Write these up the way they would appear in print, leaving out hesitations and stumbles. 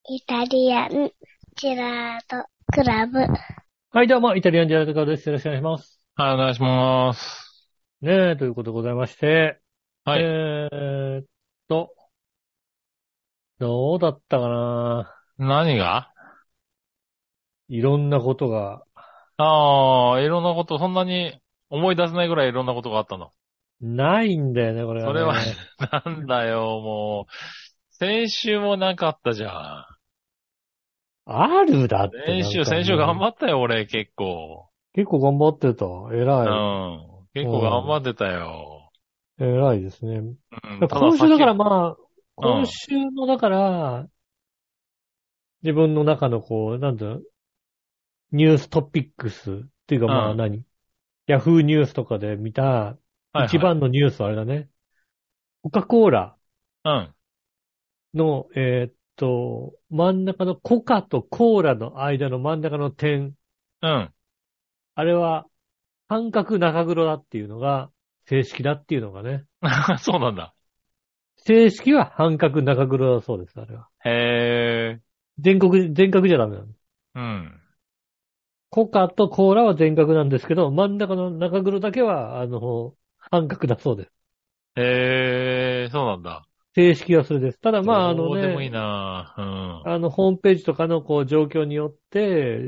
イタリアンジェラートクラブ。 はい、どうも、イタリアンジェラートクラブです。よろしくお願いします。 はい、お願いします。 ねえ、ということでございまして、 はい。 えーっと、どうだったかな。 何が？ いろんなことがいろんなこと、そんなに思い出せないぐらいいろんなことがあったの。 ないんだよね、これがそれはね。 なんだよ、もう。先週もなかったじゃん。 あるだってなんか先週頑もう、 張ったよ、俺、結構。 結構頑張ってた。 う偉い。 ん。結構頑うん。 張ってたよ。 偉いですね。 うん。ただ今週だから先、 まあ、今うん。 週のだから、自分の中のこう、なんだろう、ニューストピックスっていうかうん。 まあヤフーニュースとかで見た一はいはい。 番のニュースはあれだね。コカ・コーラうん。 の、真ん中のコカとコーラの間の真ん中の点、 うん。 あれは半角中黒だっていうのが正式だっていうのがね。 そうなんだ。 正式は半角中黒だそうです、あれは。 へえ。 全角じゃダメなの。 うん。 コカとコーラは全角なんですけど、真ん中の中黒だけは、半角だそうです。 へえ、そうなんだ。 正式はそれです。ただまあ、 どうでもいいな。うん。 ホームページとかのこう状況によって、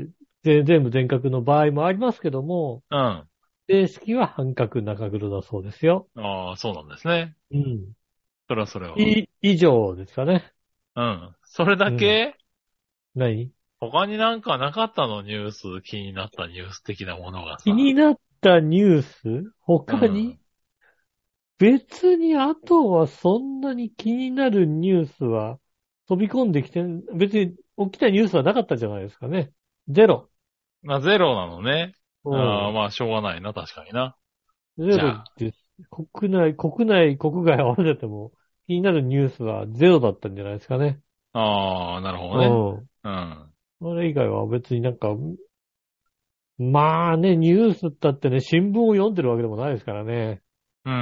全部全角の場合もありますけども、 うん。 正式は半角中黒だそうですよ。 ああ、そうなんですね。 うん。 それは。 以上ですかね。 うん。それだうん。 け？ 何他になんかなかったの？ニュース、気になったニュース的なものがさ。 気になったニュースうん。 他に別にあとはそんなに気になるニュースは飛び込んできて、別に起きたニュースはなかったじゃないですかね。ゼロ。 まあ、ゼロなのね。 うああ、 ん。 まあ、しょうがないな、確かにな。 ゼロじゃあ。 です。国外合わせても気になるニュースはゼロだったんじゃないですかね。 ああ、なるほどね。 うん。 うん。 それ以外は別になんか、まあね、ニュースだってね、新聞を読んでるわけでもないですからね。 うん。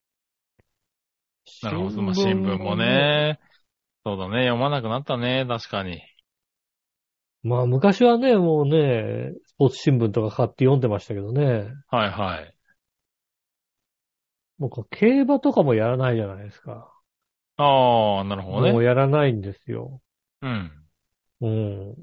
なるほど。まあ、 新聞新聞ももね、 ね。そうだね。読まなくなったね。確かに。 まあ昔はね、もうね、スポーツ新聞とか買って読んでましたけどね。 はいはい。 もう競馬とかもやらないじゃないですか。 ああ、なるほどね。 もうやらないんですよ。 うん。 うん。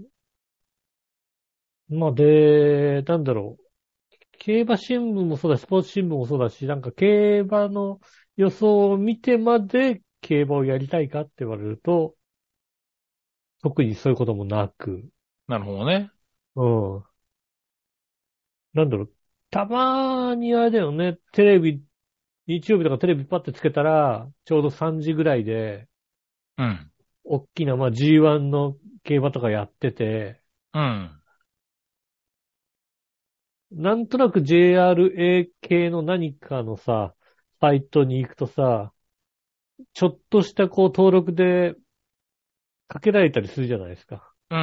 まあで、なんだろう。競馬新聞もそうだし、スポーツ新聞もそうだし、なんか競馬の予想を見てまで競馬をやりたいかって言われると、特にそういうこともなく、 なるほどね。 うん。なんだろう。たまーにあれだよね、テレビ、日曜日とかテレビパッてつけたら、ちょうど3時ぐらいで、 うん。 大きな、まあ G1 の競馬とかやってて、 うん。 なんとなく JRA 系の何かのさ、サイトに行くとさ、ちょっとしたこう登録でかけられたりするじゃないですか。 うん。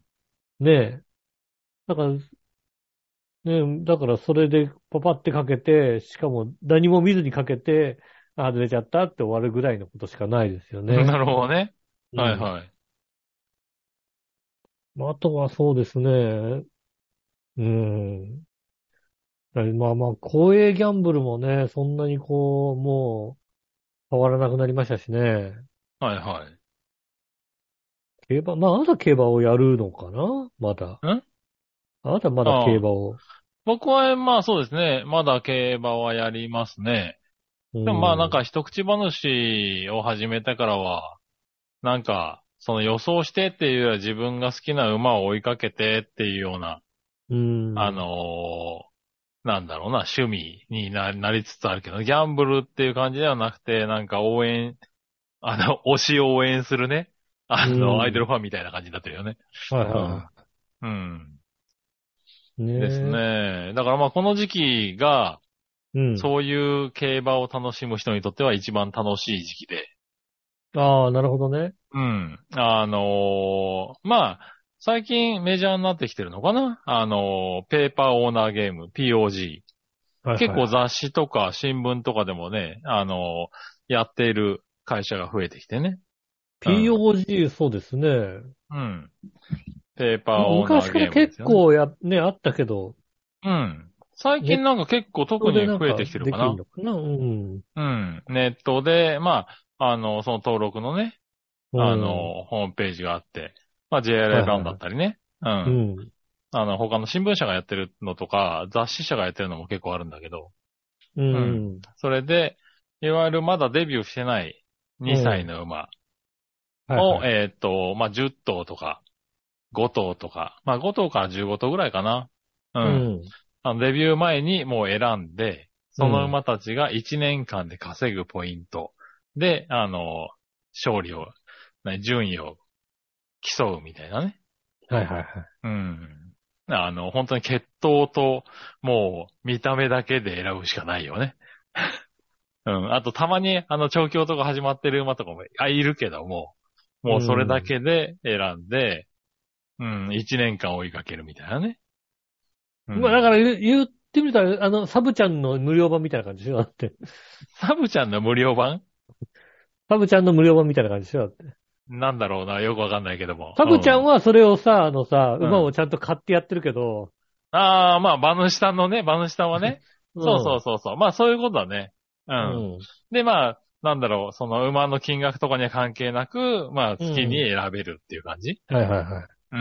ねえ。だから、ねえ、だからそれでパパってかけて、しかも何も見ずにかけて、あ、外れちゃったって終わるぐらいのことしかないですよね。 なるほどね。 うん。 はいはい。 まああとはそうですね。うん。まあまあ、公営ギャンブルもね、そんなにこう、もう変わらなくなりましたしね。 はいはい。 まあ、あなた競馬をやるのかなまだ。 んあなたまだ競ああ。 馬を。 僕は、まあそうですね。まだ競馬はやりますね。 うでもまあなんん。 か一口話を始めてからは、なんか、その予想してっていうよりは自分が好きな馬を追いかけてっていうような、 うあん。 のなんだろうな、趣味になりつつあるけど、ギャンブルっていう感じではなくて、なんか応援、推しを応援するね。 うアイドルん。 ファンみたいな感じになってるよね。 はいはいうん。 はうん。 い。ねですえ。 ね。だからまあこの時期が、 うん。 そういう競馬を楽しむ人にとっては一番楽しい時期で。 ああ、なるほどね。 うん。まあ、最近メジャーになってきてるのかな？ペーパーオーナーゲーム、POG。 はい結構雑はいは誌とか新聞とかでもね、やっている会社が増えてきてね。 POG、そうですね。 うん。ペーパーオーナー昔からゲームですよね。 結構ね、あったけど、 うん。最近なんか結構特それでなんかに増えてきてるでかな。 きるのかな。うん。 うん。ネットで、まあ、その登録のね、 うん。 ホームページがあって、まあ、 はい JLA ランだはいはい。 ったりね。ううん。 ん。 他の新聞社がやってるのとか、雑誌社がやってるのも結構あるんだけど、 ううん。 ん。 それで、いわゆるまだデビューしてない2歳うん。 の馬を、 はいはい。 まあ、10頭とか、5頭とか、まあ、5頭から15頭ぐらいかな。うん。 うん。 デビュー前にもう選んで、そのうん。 馬たちが1年間で稼ぐポイントで、勝利を、順位を競うみたいなね。 はいはいはい。 うん。本当に血統と、もう見た目だけで選ぶしかないよね。うん。あとたまに、調教とか始まってる馬とかも、いるけども、 うもうそれだん。 けで選んで、うん、1年間追いかけるみたいなね。うまあだからん。 言ってみたら、サブちゃんの無料版みたいな感じでしょだって。 サブちゃんの無料版サブちゃんの無料版みたいな感じでしょだって。 なんだろうな、よくわかんないけども。 サブちゃんうん。 はそれをさ、 うん。 馬をちゃんと買ってやってるけど、 ああ、まあ、馬主さんのね、馬主さんはね。 うそうそうん。 そうそう。まあ、そういうことだね。ううん。 ん。 で、まあ、なんだろう、その馬の金額とかには関係なく、まあ、 う好きにん。 選べるっていう感じはいはいはい。 うん。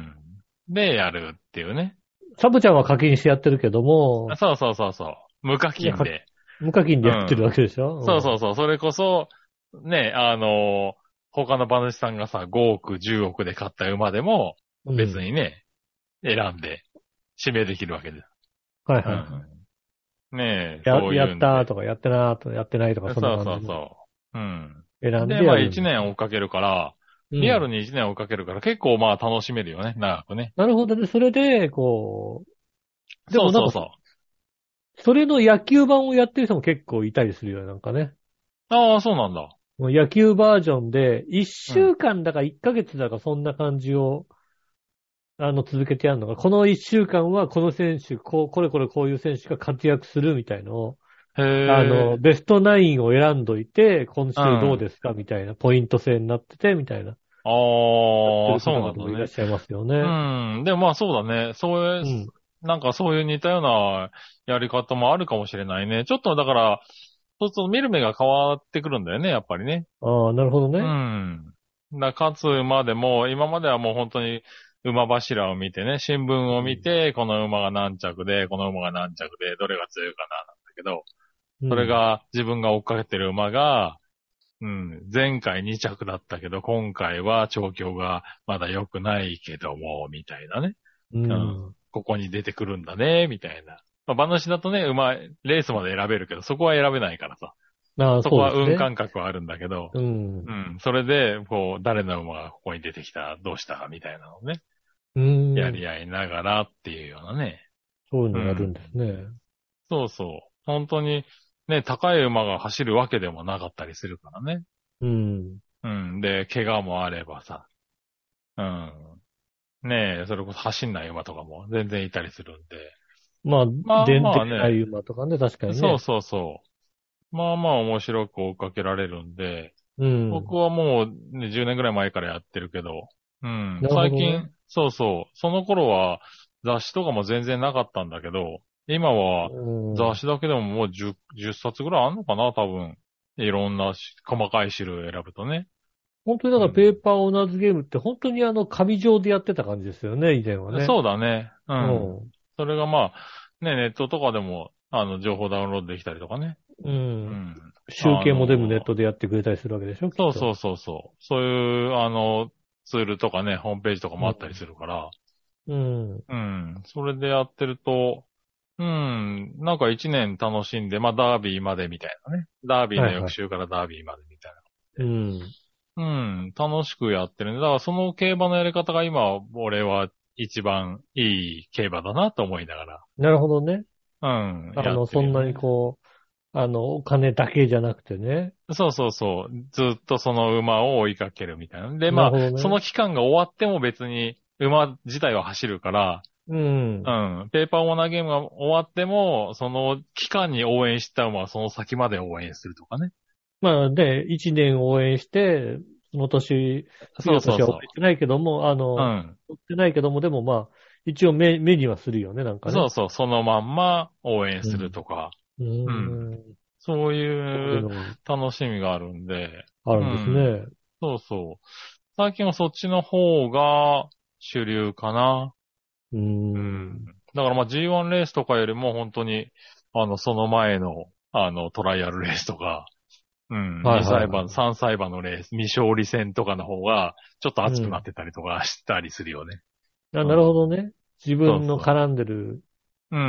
で、やるっていうね。 サブちゃんは課金してやってるけども、 そうそうそうそう。無課いや、 金で。 無課金でやってるうん。 わけでしょそうそうそう。それこそ、ね、他の馬主さんがさ、5億、10億で買った馬でも、 うん。うん。 別にね、選んで、指名できるわけです。 はいはいはい。 うん。ねえ、そうやったーいうんで。 とか、やってなーとか、やってないとか、そんなそう感じでそうそう。うん。で、 選んでまあやるんです。 1年追っかけるから、 うん。 リアルに1年追っかけるから結構まあ楽しめるよね、長くね。 なるほどね。それで、でもなんか、 そうそうそそれの野球版をやってる人も結構いたりするよね、なんかね。 う。ああ、そうなんだ。 もう野球バージョンで、1 うん。 週間だか1ヶ月だかそんな感じを、続けてやるのが、この1週間はこの選手、これこれこういう選手が活躍するみたいのを、 へえ。 ベストナインを選んどいて、今うん。 週どうですかみたいな、ポイント制になってて、みたいな、やってああ、 るそう方々もいらっなんだね。 しゃいますよね。 うん。でもまあそうだね。そういう、 うん。 なんかそういう似たようなやり方もあるかもしれないね。ちょっとだから、そうすると見る目が変わってくるんだよね、やっぱりね。 ああ、なるほどうね。 ん。勝つ馬でも、今まではもう本当に馬柱を見てね、新聞を見うん。 て、この馬が何着で、この馬が何着で、どれが強いかな、なんだけど、それうん。 が自分が追っかけてる馬が、うん、前回2着だったけど、今回は調教がまだ良くないけども、みたいなね。 ううん。 ん。 ここに出てくるんだね、みたいな。まあ、馬主だとね、レースまで選べるけど、そこは選べないからさ。 ああ、 そこはそうですね。 運感覚はあるんだけど、 うん。 うん。それで、誰の馬がここに出てきた、どうしたみたいなのをね、 うん。 やり合いながらっていうようなね。 そういうのやるんうん。 ですね。 そうそう。本当に、ね、高い馬が走るわけでもなかったりするからね。 うん。 うん。で、怪我もあればさ。うん。ねえ、それこそ走んない馬とかも全然いたりするんで。 まあ、 まあ出まあね。 てない馬とかね、確かにね。 そうそうそう。まあまあ面白く追っかけられるんで、 うん。 僕はもう、ね、10年ぐらい前からやってるけど、うん。 なるほどね。 最近、そうそう。その頃は雑誌とかも全然なかったんだけど、今はうん。 雑誌だけでももう10冊ぐらいあんのかな、多分。いろんな細かい種類を選ぶとね。 本当にだからペーうん。 パーオーナーズゲームって本当に紙状でやってた感じですよね、以前はね。 そうだね。ううん。 ん。 それがまあ、ね、ネットとかでも、情報ダウンロードできたりとかね。 うん。 うん。 集計も全部ネットでやってくれたりするわけでしょ、きっと。 そうそうそうそう。そういう、ツールとかね、ホームページとかもあったりうん。 するから、 うん。 うん。それでやってると、うん。なんか一年楽しんで、まあ、ダービーまでみたいなね。ダービーのはいはい。 翌週からダービーまでみたいうん。 な。うん。楽しくやってるね。だからその競馬のやり方が今、俺は一番いい競馬だなと思いながなるほどね。 ら、うん。やってそんなにるよね。 お金だけじゃなくてね。 そうそうそう。ずっとその馬を追いかけるみたいな。で、まあ、 なるほどね。 その期間が終わっても別に馬自体は走るから、 うん。 うん。ペーパーオーナーゲームが終わっても、その期間に応援した馬はその先まで応援するとかね。 まあ、で、一年応援して、 その年、次のそうそうそう。 年は追ってないけども、 うん。 追ってないけども、でもまあ、一応目にはするよね、なんかね。 そうそう、そのまんま応援するうん。 とか。 ううん。 ーん。 そういうそういうのが楽しみがあるんで。 あるんですうん。 ね。 そうそう。最近はそっちの方が主流かな。 うーうん。 ん。 だからまあ G1 レースとかよりも本当に、その前の、トライアルレースとか、うん、2 はいはい歳馬、 はい。 3歳馬のレース、未勝利戦とかの方が、ちょっとうん。 熱くなってたりとかしたりするよね。 なるほうん。 どね。自分のそうそ絡んでるう。うん。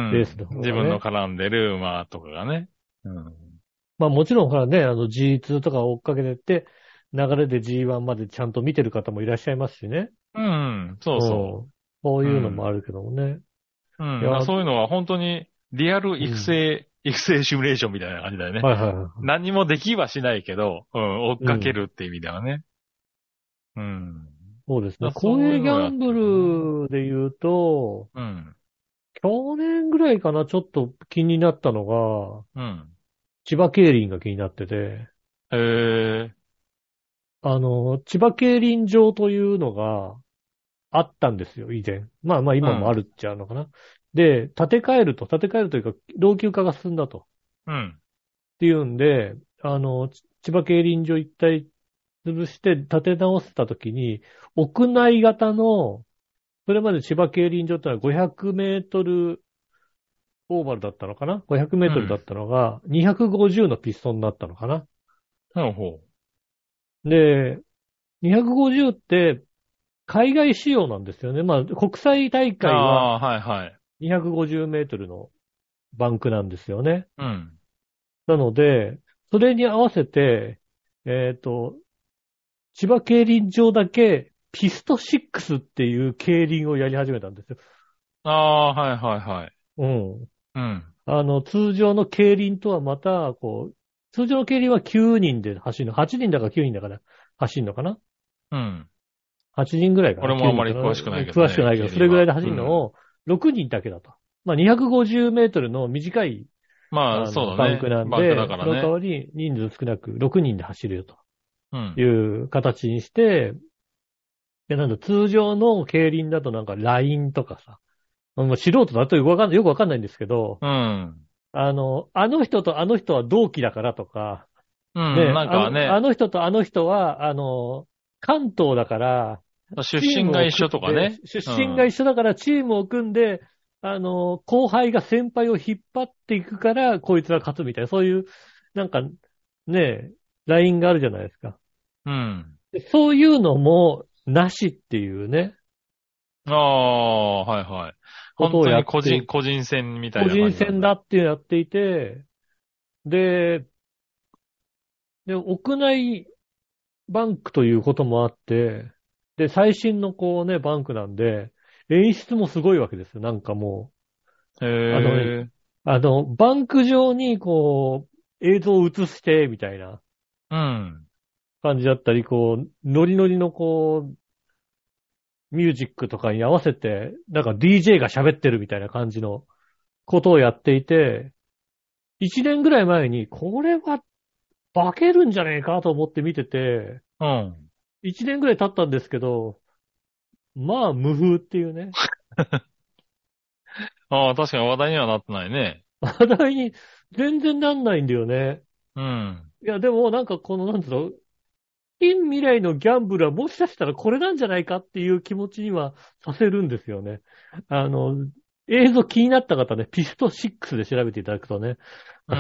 レースの方自分のがね。 絡んでる馬とかがね。うん。 まあもちろんほらね、G2 とか追っかけてって、流れで G1 までちゃんと見てる方もいらっしゃいますしね。 うん、そううそん。そうう。ういうのもあん。 るけどもね。 うん。 いや、 そういうのは本当にリアルうん。 育成シミュレーションみたいな感じだよね。 はいはいはいは何もできはしないけど、うん、追っい。うかけん。 るって意味ではね。うん。 そうですね。公そういう営ギのをやってャンブるな。 ルで言うと、 うん。 去年ぐらいかな、ちょっと気になったのが、 うん。 千葉競輪が気になってて、 へえ。 千葉競輪場というのがあったんですよ、以前。まあまあうん。 今もあるっちゃうのかな。で、建て替えるというか、老朽化が進んだと。 うん。 っていうんで、千葉競輪場一体潰して建て直したときに、屋内型の、それまで千葉競輪場ってのは500メートルオーバルだったのかな？ 500 メートルだうん。 ったのが、250のピストンになったのかな？ ほうほで、250って海外仕様なんですよね。まあ、国際大う。あ会はあ、はいはい。 250メートルのバンクなんですよね。 うん。 なので、それに合わせて、えっと、千葉競輪場だけピスト6っていう競輪をやり始めたんですよ。 ああ、はいはいはい。 うん。 うん。 通常の競輪とはまた、こう、通常の競輪は9人で走るの。8人だか9人だから走るのかな？ うん。 8 人ぐらいかな？ 俺もあ 9 んま人かな？ り詳しくないけどね、 詳しくないけど、 競輪は。 それぐらいで走うん。 るのを6人だけだと。まあ、250メートルの短い、 まあ、そうだバンクね。 なんで、 バンクだからその代ね。 わり人数少なく6人で走るよというん。 う形にして、で、なんだ、通常の競輪だとなんかラインとかさ、もう素人だとよくわかんないんですけど、 うん。 あの人とあの人は同期だからとか、 うん。 ね、 なんかね、 あの人とあの人は、関東だから、 出チームを身が一緒と組んで、 かね。 出うん。 身が一緒だからチームを組んで、後輩が先輩を引っ張っていくから、こいつが勝つみたいな、そういう、なんか、ね、ラインがあるじゃないですか。 うん。 でそういうのも、なしっていうね、 ああ、はいはい。 ことを本当にやってい、 個人戦みたいな個人感じなんだ。 戦だってやっていて、で、屋内バンクということもあって、で、最新のこうね、バンクなんで、演出もすごいわけですよ。なんかもへう、 え。 バンク上にこう、映像を映して、みたいなうん。 感じだったり、こう、ノリノリのこう、ミュージックとかに合わせて、なんか DJ が喋ってるみたいな感じのことをやっていて、1年ぐらい前に、これは化けるんじゃねえかと思って見てて、 うん。 1年ぐらい経ったんですけど、まあ、無風っていうね。 ああ、確かに話題にはなってないね。 話題に全然なんないんだよね。 うん。 いや、でもなんかこの、なんつうの、近未来のギャンブルはもしかしたらこれなんじゃないかっていう気持ちにはさせるんですよね。あの、映像気になった方ね、ピスト6で調べていただくとね、 うん。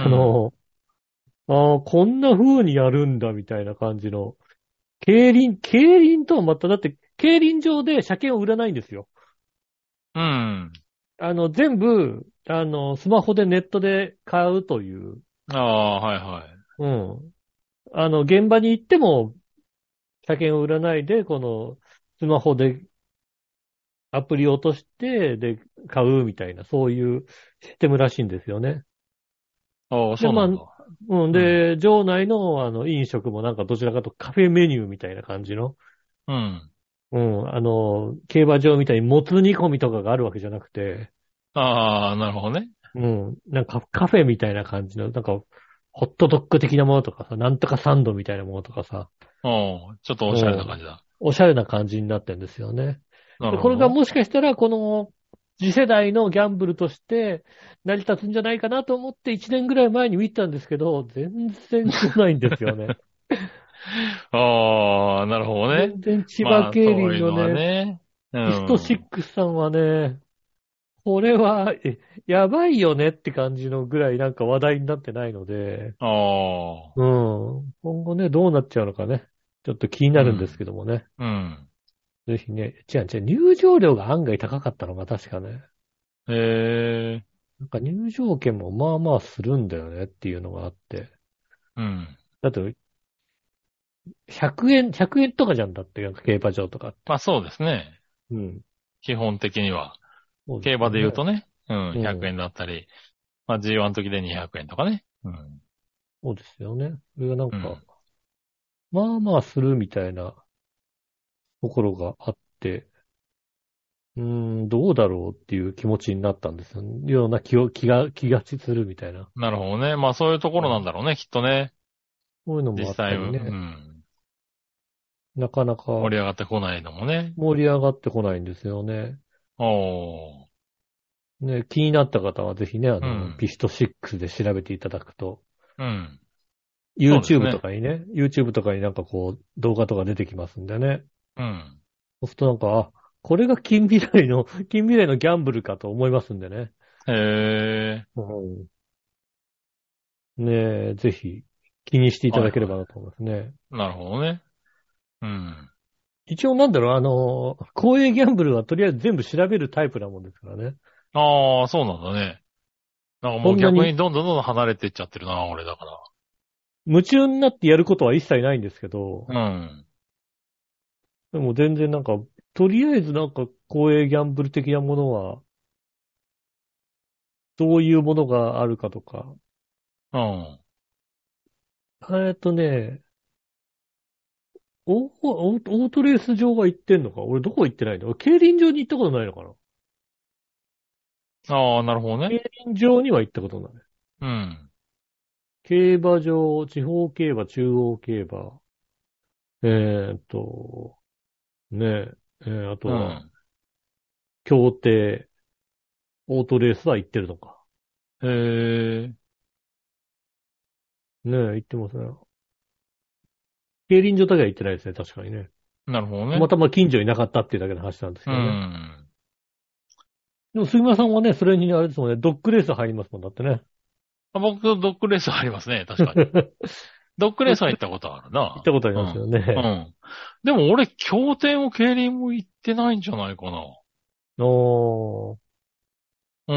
こんな風にやるんだみたいな感じの。競輪とはまた、だって、競輪場で車検を売らないんですよ。 うん。 全部、スマホでネットで買うという。 ああ、はいはい。 うん。現場に行っても、車検を売らないで、この、スマホでアプリを落として、で、買うみたいな、そういうシステムらしいんですよね。 ああ、 で、まあ、 そうなんだ。 うん。 うん。 で、場内の、飲食もなんかどちらかとカフェメニューみたいな感じの、 うん。 うん。競馬場みたいにもつ煮込みとかがあるわけじゃなくて、 ああ、なるほどね。 うん。なんかカフェみたいな感じの、なんか、 ホットドッグ的なものとかさ、なんとかサンドみたいなものとかさ、 ちょっとおしゃれな感じだ。 おしゃれな感じになってんですよね。 なるほど。 これがもしかしたら、この次世代のギャンブルとして成り立つんじゃないかなと思って1年ぐらい前に見たんですけど、全然来ないんですよね。 ああ、なるほどね。 全然千葉競輪のそういうのはね、 ね。 ピスト6さんはね、これは、やばいよねって感じのぐらいなんか話題になってないので、 ああ。 うん。今後ね、どうなっちゃうのかね。ちょっと気になるんですけどもね。 うん。 ぜひね、違う、入場料が案外高かったのが確かね。 へえ。 なんか入場券もまあまあするんだよねっていうのがあって。 うん。 だって100円とかじゃんだって、なんか競馬場とかって。 まあそうですね。 うん。 基本的には。 そうですよね。 競馬で言うとね。うん。 うん 100円だったり。まあ G1 の時で200円とかね。うん。 そうですよね。それがなんか、 うん。 まあまあするみたいなところがあって、どうだろうっていう気持ちになったんですような気がするみたいな。 なるほどね。まあそういうところなんだろうね。きっとね。 そういうのもあ実際、うったりね。 ん。 なかなか盛り上がってこないのもね。 盛り上がってこないんですよね。 おー。 ね、気になった方はぜひね、 うん。 ピスト6で調べていただくと、 うん。そうです YouTube とね。 かにね、YouTube とかになんかこう、動画とか出てきますんでね。 うん。 そうするとなんか、これが近未来のギャンブルかと思いますんでね。 へえ。 うん、ねえ、ぜひ気にしていたはいはだければなと思いますね。 い。なるほどね。うん。 一応なんだろう、公営ギャンブルはとりあえず全部調べるタイプなもんですからね。 ああ、そうなんだね。なんかもうそんなに逆にどんどん離れていっちゃってるな、俺だか夢中になってやることは一切ないんですけど、 ら。うん。 でも全然なんか、とりあえずなんか公営ギャンブル的なものは、どういうものがあるかとか。 うん。 ね、オートレース場は行ってんのか俺どこ行ってないの競輪場に行ったことないのかなああ、なるほどね。 競輪場には行ったことない。 うん。 競馬場、地方競馬、中央競馬。えーっと、ねあとは、 うん。 競艇、オートレースは行ってるのか。 へえ。 行ってますね。競輪場だけは行ってないですね、確かにね。 なるほどね。 たまたま近所になかったっていうだけの話なんですうけどね。 ん。 でも杉村さんはね、それにあれですもんね、ドッグレース入りますもんだってね。 僕、ドッグレースありますね、確かに。ドッグレースは行ったことあるな。 行ったことありますようん。うね。 ん。でも俺、競艇も競輪も行ってないんじゃないかな。 おー。 うん。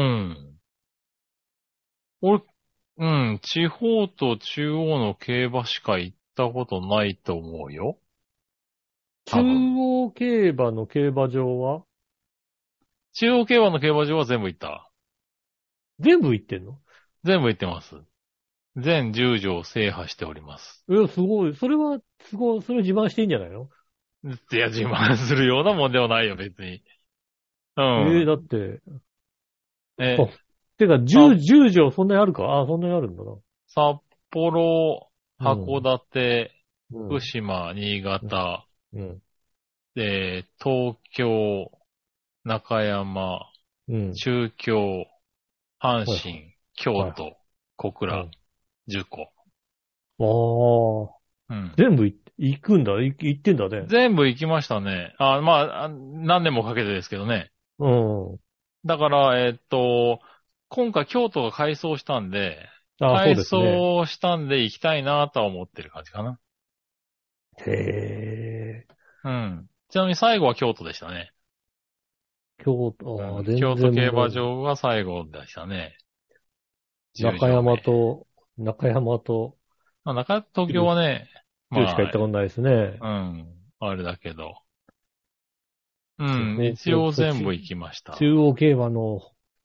俺、うん、地方と中央の競馬しか行ったことないと思うよ。 中多分。 央競馬の競馬場は中央競馬の競馬場は全部行った。 全部行ってんの全部行ってます。全10条制覇しております。 すごい。それは、すごい、それ自慢していいんじゃないのいや、自慢するようなもんではないよ、別に。うん。 だって、あ、 え、 てか、 さ、 10条そんなにあるかそんなにあるんだな。 札幌、 うん。 函館、 うん。 福島、新潟、 うん。 東京、中山、 うん。 中京、阪はい神、京はい。 都、小倉、 はい。 樹湖。 ああ、 うん。 全部行くんだ。行ってんだね。 全部行きましたね。まあ、何年もかけてですけどね。 うん。 だから、今回京都が改装したんで、 ああ、そう改ですね。 装したんで行きたいなとは思ってる感じかな。 へえ。 うん。ちなみに最後は京都でしたね。 京都、ああ、 うん。 全京都競馬然もう、 場が最後でしたね。10 中条目。 中山と、 まあ、東京はね、 しか行まったことないですね。 あ、うん。あれだけど。う地ん。一方競馬、 応全部行きました。 中央競馬の、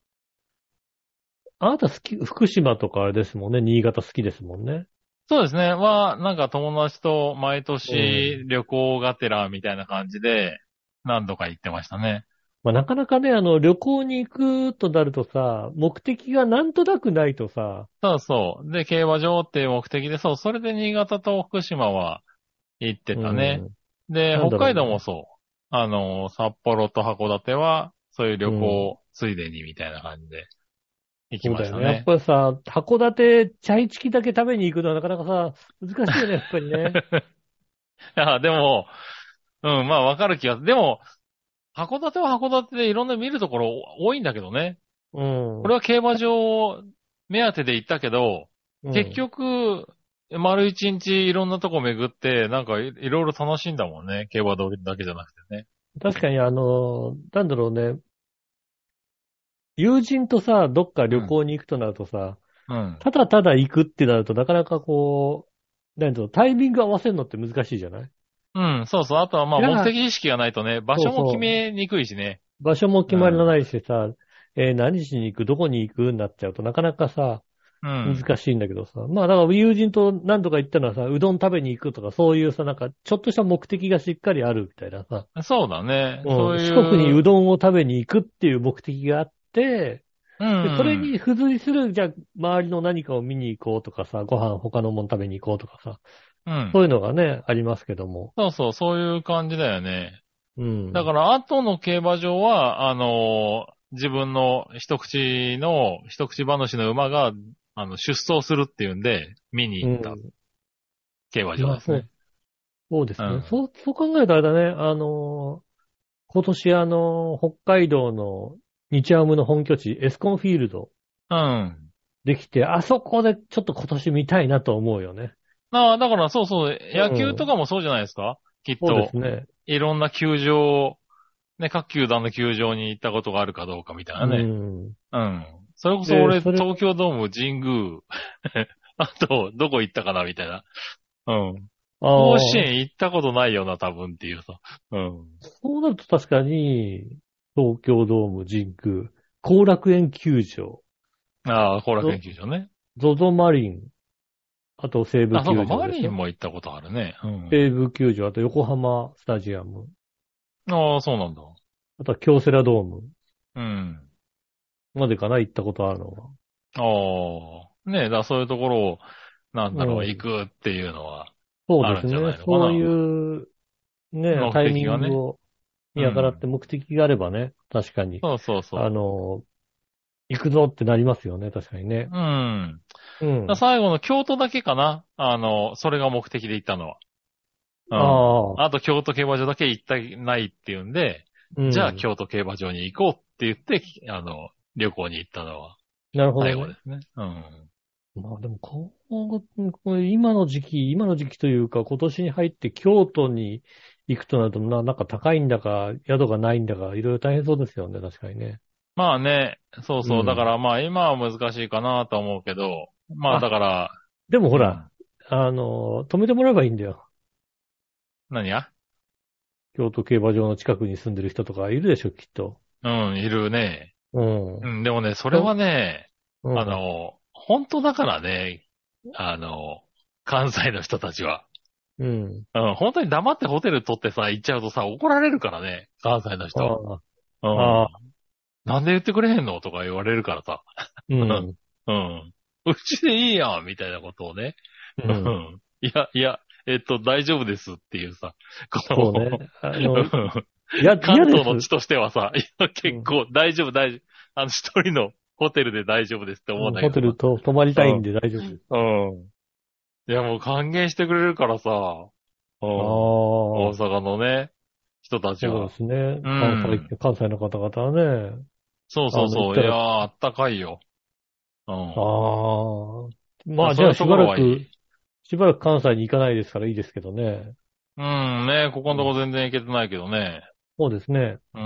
あなた福島とかあれですもんね。新潟好きですもんね。 そうですね。なんか友達と毎うん。 年旅行がてらみたいな感じで何度か行ってましたね。 まあ、なかなかね、旅行に行くとなるとさ、目的がなんとなくないとさ、 そうそう。で、競馬場っていう目的で、そう、それで新潟と福島は行ってうたね。 ん、 で、 なんだ北海道ろうね。 もそう。札幌と函館は、そういう旅うん。 行ついでにみたいな感じで行きそうだよね。やっましたね。 ぱりさ、函館、チャイチキだけ食べに行くのはなかなかさ、難しいよね、やっぱりね。 いや、でも、うん、まあわかる気が、でも、函館は函館でいろんな見るところ多いんだけどね。 うん。 俺は競馬場目当てで行ったけど、結うん。 局、丸一日いろんなとこ巡って、なんかいろいろ楽しんだもんね。競馬道だけじゃなくてね。 確かになんだろうね。友人とさ、どっか旅うん。 行に行くとなるとさ、 うん。 ただただ行くってなるとなかなかこう、なんだろう、タイミング合わせるのって難しいじゃない？ うん、そうそう。あとはまあ目じゃあ、 的意識がないとね、場所も決そうそめにくいしね。 う。場所も決まりのうん。 ないしさ、何しに行く、どこに行くになっちゃうとなかなかさ、 うん。 難しいんだけどさ。まあだから友人と何度か行ったのはさ、うどん食べに行くとかそういうさ、なんかちょっとした目的がしっかりあるみたいなさ。 そうだね。 うん。 そう四国にいう、 うどんを食べに行くっていう目的があって、 うで、それん。 に付随する、じゃあ、周りの何かを見に行こうとかさ、ご飯他のもの食べに行こうとかさ、 うん。 そういうのがね、ありますけども。 そうそう、そういう感じだよね。 うん。 だから、後の競馬場は、自分の一口馬主の馬が、出走するっていうんで、見に行ったうん。 競馬場まあ、 ですね。 そうですね。 うん。 そう考えるとあれだね、今年北海道の日ハムの本拠地、エスコンフィールドうん。 できて、あそこでちょっと今年見たいなと思うよね。 ああ、だからそうそう、 う野球とん。 かもそうじゃないですかきっそうでと。 すね。 いろんな球場、ね、各球団の球場に行ったことがあるかどうかみたいなうね。 ん。 うん。それこそで、 俺、 それ、 東京ドーム、神宮、あと、どこ行ったかなみたいな。うん。 あ甲子あ、 園行ったことないよな、多分っていうさ。うん。 そうなると確かに、東京ドーム、神宮、後楽園球場、 ああ、後楽ゾ園球場ね。 ゾゾマリン、あと西武あ、そうか、 球場でしょ？ マリンも行ったことあるね。うん。 西武球場、あと横浜スタジアム、 ああ、そうなんだ。 あとは京セラドームうん。 までかな、行ったことあるのは。 ああ。ねえ、だからそういうところを、なんだろう、行うん。 くっていうのは、 そうですね。 あるんじゃないのかそうな。 いう、ね、 目タイミ的がね。 ングを見計らってうん。 目的があればね、確かに、 そうそうあその、行くぞってなりますよね、確かにね。 う。うん。 うん。 最後の京都だけかな。それが目的で行ったのは。うん。 ああ、 あと京都競馬場だけ行ったないっていうんで、じゃあうん。 京都競馬場に行こうって言って、旅行に行ったのはなるほどね。 最後ですね。うん。 まあでも、これ今の時期というか、今年に入って京都に行くとなると、なんか高いんだか、宿がないんだか、いろいろ大変そうですよね、確かにね。 まあね、そうそう。だかうん。 らまあ今は難しいかなと思うけど、まああ、 だから、 でもほら、 うん。 止めてもらえばいいんだよ。 何や京都競馬場の近くに住んでる人とかいるでしょ、きっと。 うん、いるね。 うん。 うん、でもね、それはと、 ね、 うん。 本当だからね、あの、関西の人たちは。 うん。 うん、本当に黙ってホテル取ってさ、行っちゃうとさ、怒られるからね、関西の人。 あうあ、 ん。 ああ、 なんで言ってくれへんのとか言われるからさ。 うん。 うん。うちでいいやんみたいなことをね。 うん。 うん。いや、大丈夫ですっていうさ、 そうね。 この、 嫌関です。 東の地としてはさ、いや、 うん。 結構大丈夫。一人のホテルで大丈夫ですって思うんだけどさ。 ホテルと泊まりたいんでう大丈夫です。 ん。うん。いや、もう歓迎してくれるからさ、うん。 あ大あ、 阪のね、人たちは。 そうですね。 うん。 関西の方々はね、 そうそう行っそう。いやー、 たら、 あったかいよ。うん。 ああ、まあじゃあそういうところはいい。 しばらく関西に行かないですからいいですけどね。 うんね、ここのとこうん、 全然行けてないけどね。 そうですね。 うん。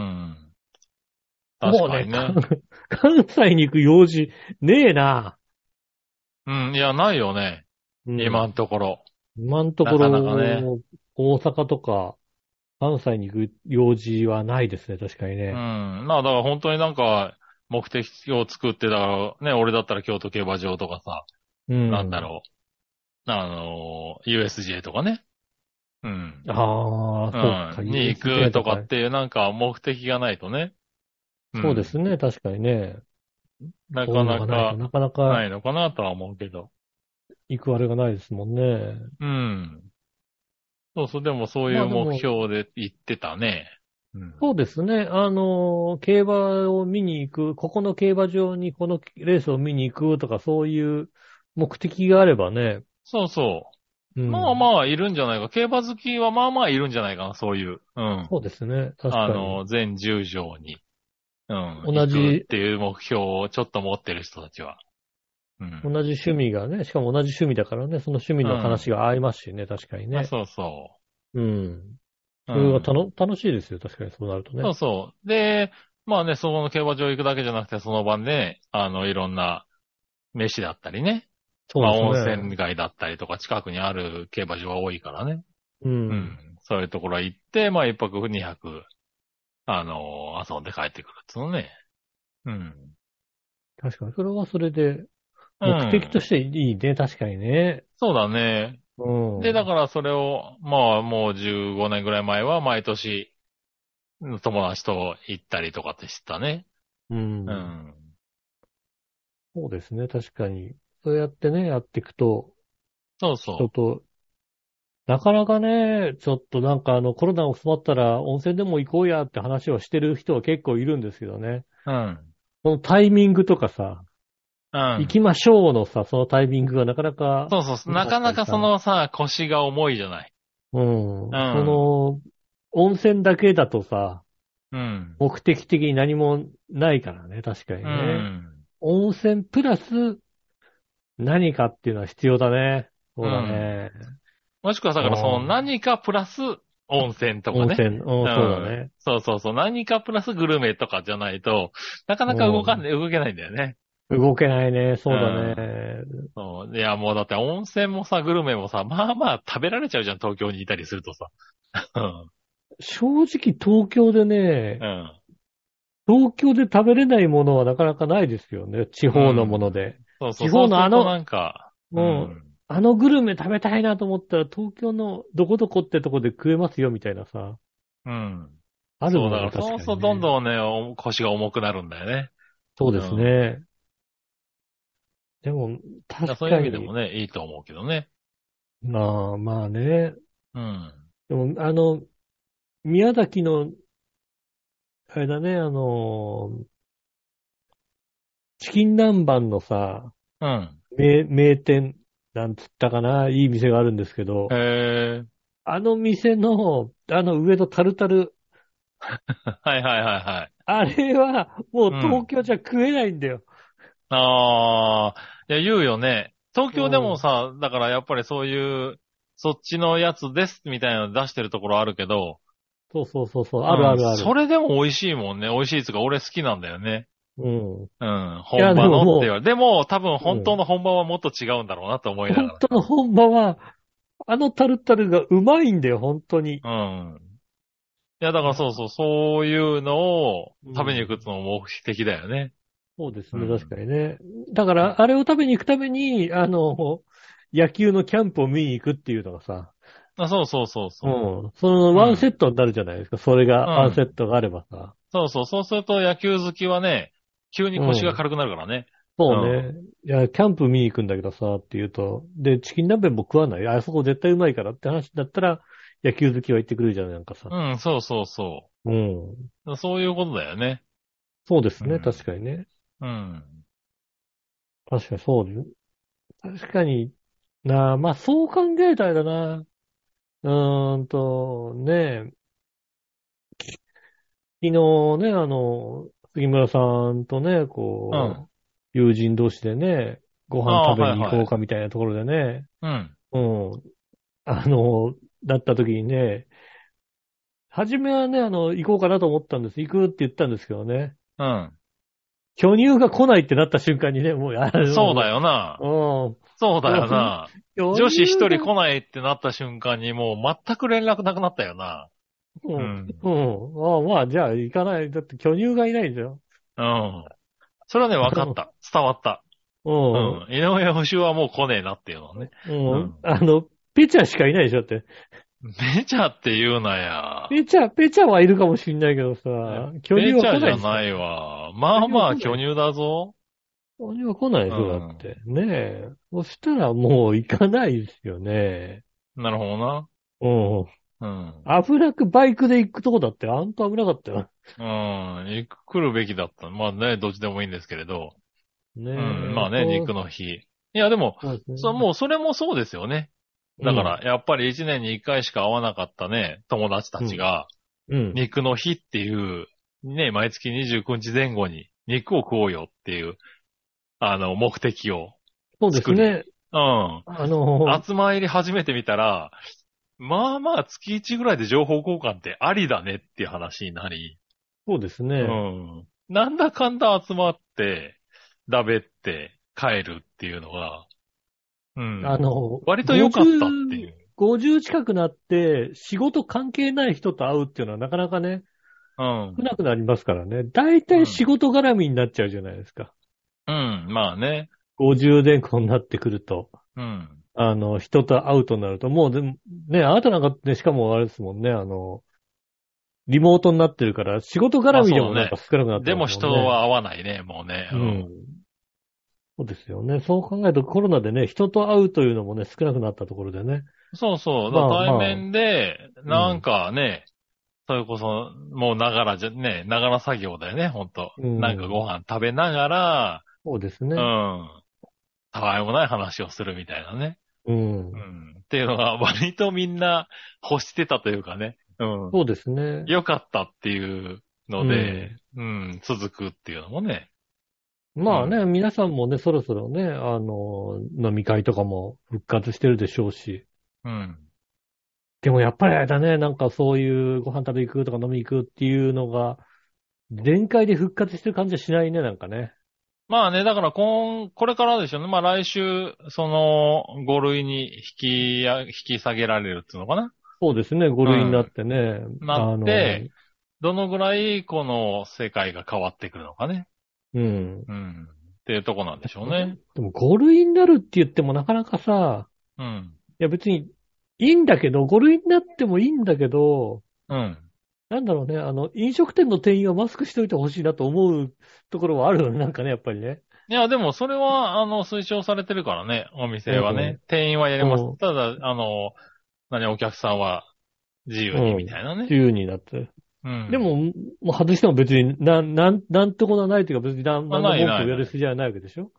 確もうね、 かにね。 関西に行く用事ねえな。 うん、いや、ないよね。今うん。 のところ。 今のとこなかなかね。 ろ、大阪とか関西に行く用事はないですね、確かにうん。 ね。 まあ、だから本当になんか、目的を作って、だからね、俺だったら京都競馬場とかさ、 うなんだん。 ろう。USJ とかね。うん。 ああ、 うそうか、 ん。に行く USJ とか。 とかっていうなんか目的がないとね。 そうですね、確かにね。 なそういうのがないかなかとなかななかいのかなとは思うけど。 行くあれがないですもんね。 うん。そうそう、でもそういう目まあでも、 標で行ってたね。うん。 そうですね。競馬を見に行く、ここの競馬場にこのレースを見に行くとか、そういう目的があればね。 そうそう。まあうん。 まあいるんじゃないか。競馬好きはまあまあいるんじゃないかな、そういう。うん。 そうですね。確かに。 全10条に、うん、行くっ同じ、 ていう目標をちょっと持ってる人たちは。うん。 同じ趣味がね、しかも同じ趣味だからね、その趣味のうん。 話が合いますしね、確かにあ、 ね。 そうそうん。 う。うそれがん。 楽しいですよ、確かにそうなるとね。 そうそう。で、まあね、そこの競馬場行くだけじゃなくて、その場でね、いろんな飯だったりね。まあそうですね。 温泉街だったりとか近くにある競馬場が多いからね。 うん。 うん。そういうところ行って、まあ一泊二泊、遊んで帰ってくるっつうのね。うん。 確かに、それはそれで、 う目的とん。 していいね、確かにね。 そうだね。 うで、だん。 からそれを、まあもう15年ぐらい前は毎年友達と行ったりとかってしてたね。 ううん。 ん。 そうですね、確かに。そうやってね、やっていくと、 そうそ人と、なかなかね、ちょっとなんかコロナが収まったら温泉でも行こうやって話をしてる人は結構いるんですけどね。 う。うん。 そのタイミングとかさ、 うん。 行きましょうのさ、そのタイミングがなかなかそうそう。 なかっなかなかそたりさ、 のさ、腰が重いじゃない。 うん。そうん。 の、温泉だけだとさ、 うん。 目的的に何もないからね、確かうにね。 ん。 温泉プラス何かっていうのは必要だね。そううだん。 ね。 もしくはだうからそのん。 何かプラス温泉とかね。 温泉、うん、そうだうん。 ね。 そうそうそう。何かプラスグルメとかじゃないと、なかなかうん。 動けないんだよね。 動けないね。 うそうだん。 ね。 そう。いや、もうだって温泉もさ、グルメもさ、まあまあ食べられちゃうじゃん、東京にいたりするとさ。うん。 正直東京でね、 うん。 東京で食べれないものはなかなかないですよね。地う方のものん。 で。 そうそう。 地そうすると方のなんか、うもう、 ん。 グルメ食べたいなと思ったら東京のどこどこってとこで食えますよみたいなさ、 うん。そう、だあるもんね、 から確そうするとどんかにね。 どんね、腰が重くなるんだよね。 そうですうん。だかね。でも、確らそういう意味でかに、 もね、いいと思うけどね。 まあね。 うん。 でも、宮崎の、あれだね、チキン南蛮のさ、 うん。 名店、なんつったかな、いい店があるんですけへど、 え。 あの店の、上のタルタル、 はいはいはいはい。 あれは、もううん。 東京じゃ食えないんだよ。 ああ、いや、言うよね。東う京でもん。 さ、だからやっぱりそういう、そっちのやつですみたいなの出してるところあるけど、 そうそうそうそう、あるうん、 あるある。 それでも美味しいもんね。美味しいっつうか、俺好きなんだよね。 うん。 うん、 いや、で本場もものって言われでも、多分う、うん。 本当の本場はもっと違うんだろうなと思いなが本当の本場は、あのタルタルがうまいんだよ、本当に。 ら。うん。いや、だかいや、 らそうそう、そういうのをう食べに行くん。 のも目的だよね。 そうですね、確うん。 かにね。だから、あれを食べに行くために、野球のキャンプを見に行くっていうのがさ、 あ、そうそうそうそうん。そのう。うワンセッん。 トになるじゃないですか。それが、ワンセうん。 ットがあればさ。 そうそう。そうすると野球好きはね、急にうん。 腰が軽くなるからね。うん。 そうね。いや、キャンプ見に行くんだけどさ、って言うと、で、チキン南蛮も食わない。あそこ絶対うまいからって話だったら、野球好きは言ってくるじゃない、なんかさ。 うん、そうそうそうん。 う。そういうことだよね。 そうですね、確うん。 かにね。 うん。 確かにそうね。確かにまあそう考えたらな。ね、昨日ね、杉村さんとね、 うん。 友人同士でね、ご飯ああ、 食べに行こうはいはい。 かみたいなところでね、 うん。 うん、あの、だった時にね、初めはね、行こうかなと思ったんです。行くって言ったんですけどね、 うん。 巨乳が来ないってなった瞬間にね、もう、 そうだもよな。 う、うん、 そうだよ巨乳、 な。 巨女子一乳が、 人来ないってなった瞬間にもう全く連絡なくなったよな。 うん、 うん。 うん、まあ、じゃあ行かない。だって巨乳がいないんだよ。 うん。それはね、分かった。伝わった。 ううん、 ん。井上補修はもう来ねえなっていうのね。 うん、 うん。 ペチャしかいないでしょって。 ペチャって言うなや。 ペチャはいるかもしんないけどさ、巨乳ペチャじゃは来ないでしょ。 ないわ。まあまあ巨乳だぞ。 巨乳は来ないでしょ、だって。ねえ。そしたらもう行かないですよね。 なるほどな。 うん。 うん。 危なくバイクで行くとこだって、あんと危なかったよ。 うん。来るべきだった。まあね、どっちでもいいんですけれど。 ねうん。まえ。 あね、肉の日。いや、でも、 そうですね。 もうそれもそうですよね。だから、やっぱり一年に一回しか会わなかったね、友達たちが、 うん。 肉の日っていう、ね、毎月29日前後に肉を食おうよっていう、目的をそうです作り。 ね。 うん。 あの集まり始めてみたら、まあまあ月1ぐらいで情報交換ってありだねっていう話になり、 そうですうね。 ん。なんだかんだ集まって、だべって帰るっていうのが、うん。割と良かったっていう。 50近くなって仕事関係ない人と会うっていうのはなかなかね、 うん。 少なくなりますからね。大体仕事絡みになっちゃうじゃないですか。 うん。まあね。 50前後になってくると。 うん。 人と会うとなると、もうでも、ね、あなたなんかね、しかもあれですもんね、リモートになってるから、仕事絡みでもなんか少なくなってでもますもんね。 人は会わないね、もうね。 うん。そうですよね。そう考えるとコロナでね、人と会うというのもね、少なくなったところでね。 そうそう。 まあ対面で、 あなんかね、それこそ、もうながらながら作業だよね、ほんと。なんかご飯食べながら、 そうですうね。 ん。たわいもない話をするみたいなね。 うん。 っていうのが割とみんな欲してたというかね。 そうですね。 良かったっていうので、続くっていうのもね。 まあね、皆さんもね、そろそろね、飲み会とかも復活してるでしょうし。 うん。 でもやっぱりあれだね、なんかそういうご飯食べ行くとか飲み行くっていうのが、全開で復活してる感じはしないね、なんかね。 まあね、だからこれからでしょうね。まあ来週、5類に引き下げられるっていうのかな。 そうですね、5類になってね。 なって、どのぐらいこの世界が変わってくるのかね。 うん。 っていうとこなんでしょうね。 でも5類になるって言ってもなかなかさ、 うん。 いや別にいいんだけど、5類になってもいいんだけど、 うん。 なんだろうね、飲食店の店員はマスクしといてほしいなと思うところはあるよね、なんかね、やっぱりね。 いや、でもそれは、推奨されてるからね、お店はね。店員はやります。ただ、お客さんは自由にみたいなね。 自由になって。でも、もう外しても別になんてことはないというか別に何の文句をやる筋合いはないわけでしょ。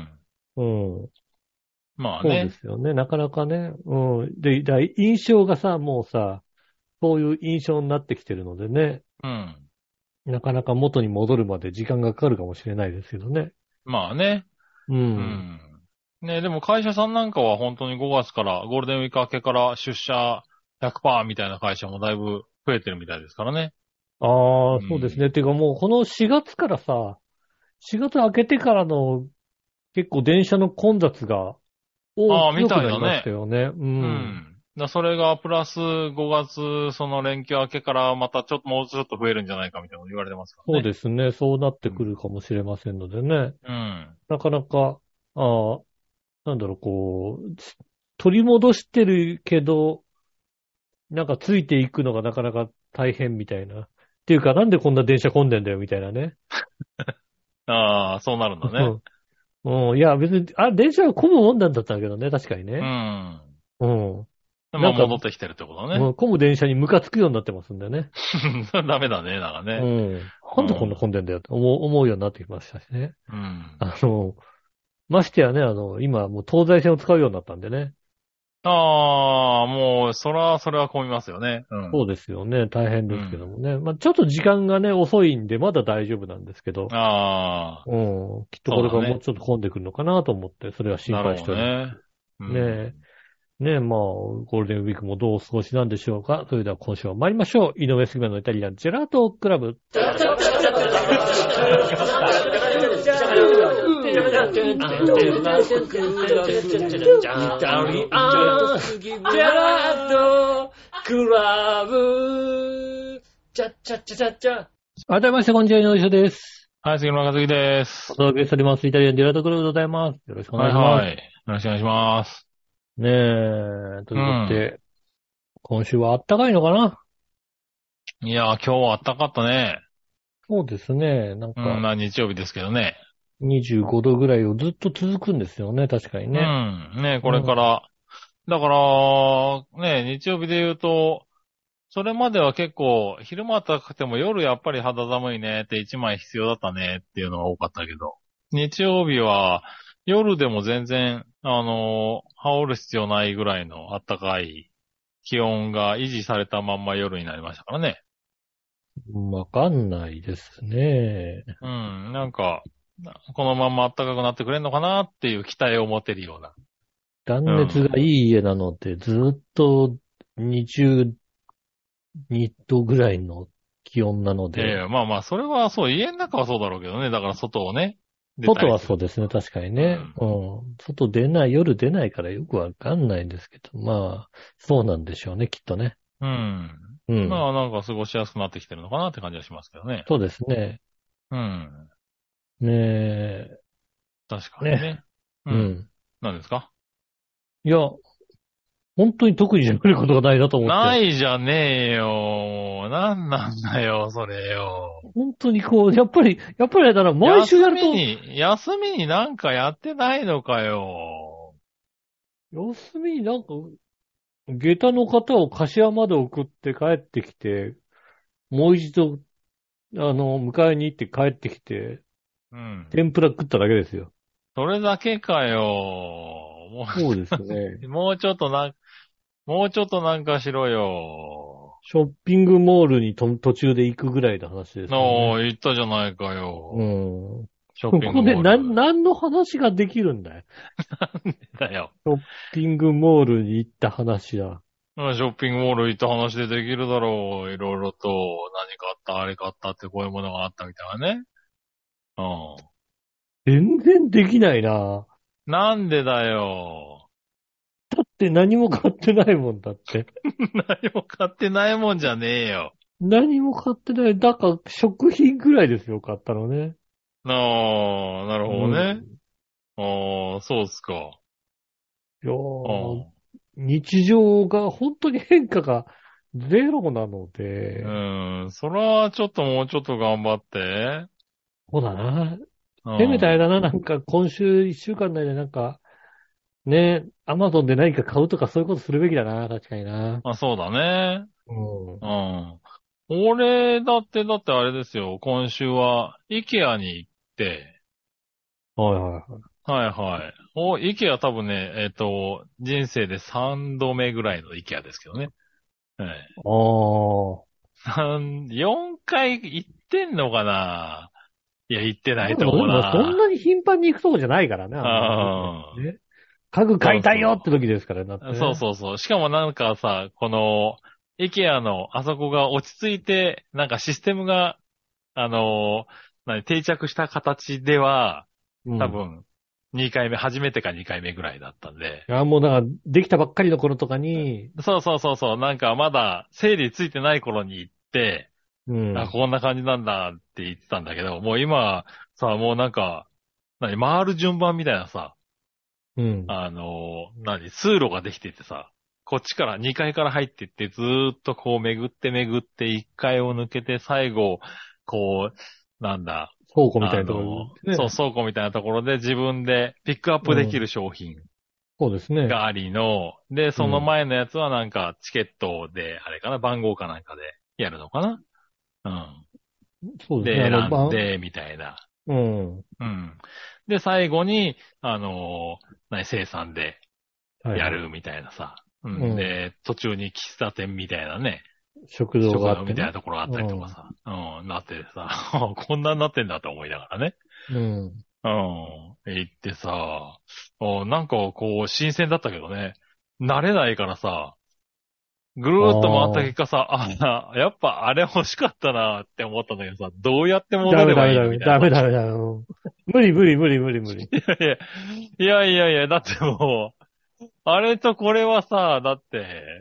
まあね。 そうですよね。なかなかね。で、印象がさ、もうさ、そういう印象になってきてるのでね。なかなか元に戻るまで時間がかかるかもしれないですけどね。 まあね。ね、でも会社さんなんかは本当に5月からゴールデンウィーク明けから出社100%みたいな会社もだいぶ増えてるみたいですからね。 ああ、そうですね。ていうかもうこの4月からさ、4月明けてからの結構電車の混雑が多くなりましたよね。 それがプラス5月その連休明けからまたもうちょっと増えるんじゃないかみたいなの言われてますからね。 そうですね。そうなってくるかもしれませんのでね。なかなか、なんだろう、こう、取り戻してるけど、なんかついていくのがなかなか大変みたいな。っていうか、なんでこんな電車混んでんだよみたいなね。 ああ、そうなるんだね。 いや、別に、電車は混むもんなんだったんだけどね、確かにね。 まあ戻ってきてるってことね。 混む電車にムカつくようになってますんでね。 ダメだね、なんかね。 なんでこんな混んでんだよって思うようになってきましたしね。ましてやね、今もう東西線を使うようになったんでね。 ああ、もう、それは混みますよね。 そうですよね。大変ですけどもね。まあ、ちょっと時間がね、遅いんで、まだ大丈夫なんですけど。きっとこれからもうちょっと混んでくるのかなと思って、それは心配しております。ねえ、まあ、ゴールデンウィークもどうお過ごしなんでしょうか。それでは今週は参りましょう。井上杉村のイタリアンジェラートクラブ。改めまして、こんにちは、井上翔です。 はい、杉村和樹です。 お届けしております。イタリアンジェラートクラブでございます。よろしくお願いします。 はい。よろしくお願いします。 ねえ、ということで、 今週は暖かいのかな？ いやー、今日は暖かかったね。 そうですね。なんうん、 か、 日曜日ですけどね。 25度ぐらいをずっと続くんですよね。確かにうね。 ん、ね、これかうん。 ら。だから、ね、日曜日で言うと、それまでは結構、昼間暖かくても夜やっぱり肌寒いねって一枚必要だったねっていうのが多かったけど、日曜日は夜でも全然、羽織る必要ないぐらいの暖かい気温が維持されたまんま夜になりましたからね。 わかんないですね。 うん、なんか、このまま暖かくなってくれんのかなっていう期待を持てるような。 断うん。 熱がいい家なので、ずっと22度ぐらいの気温なので、 いやいや、まあまあ、それはそう、家の中はそうだろうけどね。だから外をね、出た外りすると。 はそうですね。確かにね。 うん。 うん。外出ない、夜出ないからよくわかんないんですけど、まあ、そうなんでしょうね、きっとね。 うん。 うん。 まあ、なんか過ごしやすくなってきてるのかなって感じはしますけどね。 そうですね。 うん。 ね確かえ、ね。 にね。うん。 うん。 何ですか？ いや、本当に特に喋ることがないなと思って。 ないじゃねえよ。なんなんだよ、それよ。 本当にこう、やっぱりだから毎週やると、 休みになんかやってないのかよ。 休みになんか、下駄の方を柏まで送って帰ってきて、もう一度、迎えに行って帰ってきて、 うん。 天ぷら食っただけですよ。 それだけかよ。もそうですね。 う、もうちょっとなんかしろよ。 ショッピングモールに途中で行くぐらいの話ですよね。 言ったじゃないかうよ。 ん。 ショッピングここでモール。 何の話ができるんだよ。 だよ。 ショッピングモールに行った話だ。 うんショッピングモール行った話でできるだろう。いろいろと、何買った、あれ買ったってこういうものがあったみたいなね。う全然できないな。 ん。なんでだよ。 だって何も買ってないもんだって。 何も買ってないもんじゃねえよ。 何も買ってない。だから食品ぐらいですよ、買ったのね。 なるうほどね。 ん。 そうっすか。 いやー、 あ日常が本当に変化がゼロなので、 それはちょっともうちょっと頑張って。 そうだな。 うせめてあれん。 だな、なんか今週一週間内でなんか、ね、アマゾンで何か買うとかそういうことするべきだな、確かにな。 そうだね。 うん。 うん。俺だってあれですよ。今週は、イケアに行って、 はいはいはい。 はいはい。イケア多分ね、人生で3度目ぐらいのイケアですけどね。はい。 ああ。 4回行ってんのかないや、行ってないと思うでもそんなな。 に頻繁に行くとこじゃないからね、あんまりあね。家具買いたいよそうそって時ですからね、だっう。そうてね。 そうそう。しかもなんかさ、この、イケアのあそこが落ち着いて、なんかシステムが、あの定着した形では、 うん。 多分、2回目、初めてか2回目ぐらいだったんで。 いや、もうだから、できたばっかりの頃とかに、 そうそうそうそう。なんかまだ整理ついてない頃に行って、 うん。 こんな感じなんだって言ってたんだけど、もう今、さ、もうなんか、回る順番みたいなさ、 うん。 通路ができててさ、こっちから2階から入っていって、ずーっとこう巡って巡って1階を抜けて最後、こう、なんだ、 倉庫みたいなところでそう、 ね。 倉庫みたいなところで自分でピックアップできるうん。 商品そうですね。 がありの、で、そのうん。 前のやつはなんかチケットで、あれかな、番号かなんかでやるのかな。で、 そうですね。 選んで、みたいな。 うん。 うん。で、最後に、生産ではいはい。 やるみたいなさ。ううん。 で、途中に喫茶店みたいなね、 食堂食があってね。 堂みたいなところがあったりとかうん。 さ。なってさ、こんなになってんだと思いながらね。 うん。 行ってさ、なんかこう、新鮮だったけどね。慣れないからさ、ぐるあーっと回った結あ。 果さ、やっぱあれ欲しかったなって思ったんだけどさ、どうやって戻ダメればいいダメダメ。 のみたいなさ。 ダメダメダメ。うん。無理無理無理無理無理。 いや、だってもう、あれとこれはさ、だって、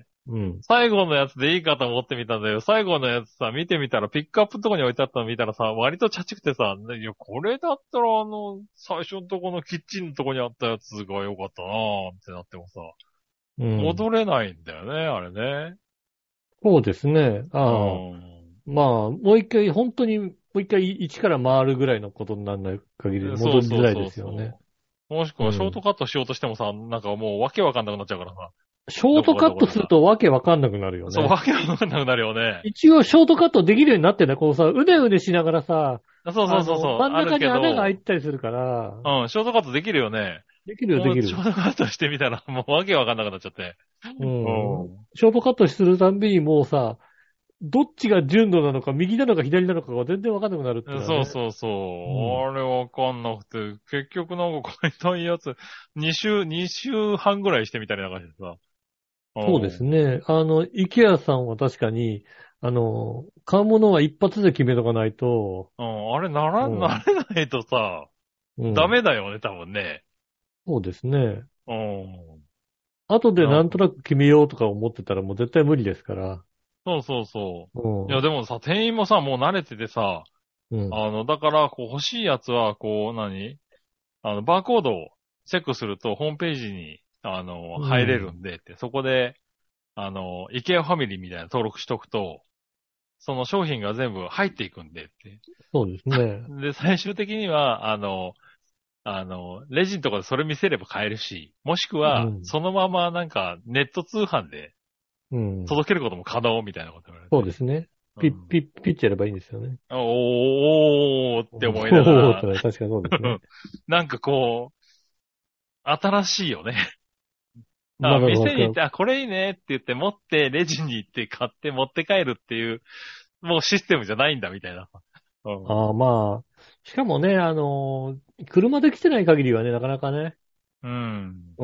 うん。 最後のやつでいいかと思ってみたんだよ。最後のやつさ、見てみたら、ピックアップのとこに置いてあったの見たらさ、割とチャチくてさ、いや、これだったら最初のとこのキッチンのとこにあったやつが良かったなーってなってもさ、 うん。 戻れないんだよね、あれね。 そうですね。 うああ、 ん。 まあ、もう一回、本当に、もう一回一から回るぐらいのことにならない限り戻そうりづらいでそうそうすよね。 そう。もしくはショートカットしようとしてもさ、なんかもうわけわかんなくなっちゃうからさ。 ショートカットするとわけわかんなくなるよそう、 ね。 わけわかんなくなるよね。 一応ショートカットできるようになってんだ。こうさ、うねうねしながらさ、 そうそうそうそう。 真ん中にあるけど、 穴が開いてたりするから、 うん、ショートカットできるよね。 できるよ、でもう、 きる。 ショートカットしてみたら、もうわけわかんなくなっちゃって。 うん。 うショートカットするたんびにもうさ、どっちが順路なのか、右なのか左なのかが全然わかんなくなるっていうのはね。 そうそうそう。あれわかんなくて、結局なんか買いたいやつ、2週半ぐらいしてみたりなんかしてさ。 そうですね。イケアさんは確かに、買うものは一発で決めとかないと、 うん、あれうん。 なれないとさ、ダうん。 メだよね、多分ね。 そうですね。 うん。 後でなんか、 なんとなく決めようとか思ってたらもう絶対無理ですから。 そうそうそう。いや、 うん。 でもさ、店員もさ、もう慣れててさ、 うん。 だから、こう、欲しいやつは、こう、バーコードをチェックすると、ホームページに、 う入れるん。 んでって、そこで、イケアファミリーみたいな登録しとくと、その商品が全部入っていくんでって。 そうですね。 で、最終的には、レジのところでそれ見せれば買えるし、もしくは、 うん。 そのままなんか、ネット通販でうん。 届けることも可能みたいなこと言われて。 そうですね。 うん。 ピッピッピッチやればいいんですよね。 おーってお思いながら、 ーとね、確かにそうですね。 なんかこう、新しいよね。あ、 まだわかる。 店に行って、あ、これいいねって言って持って、レジに行って買って持って帰るっていう、もうシステムじゃないんだみたいな。うん。 ああ、まあ。しかもね、車で来てない限りはね、なかなかね、 うん。 うん、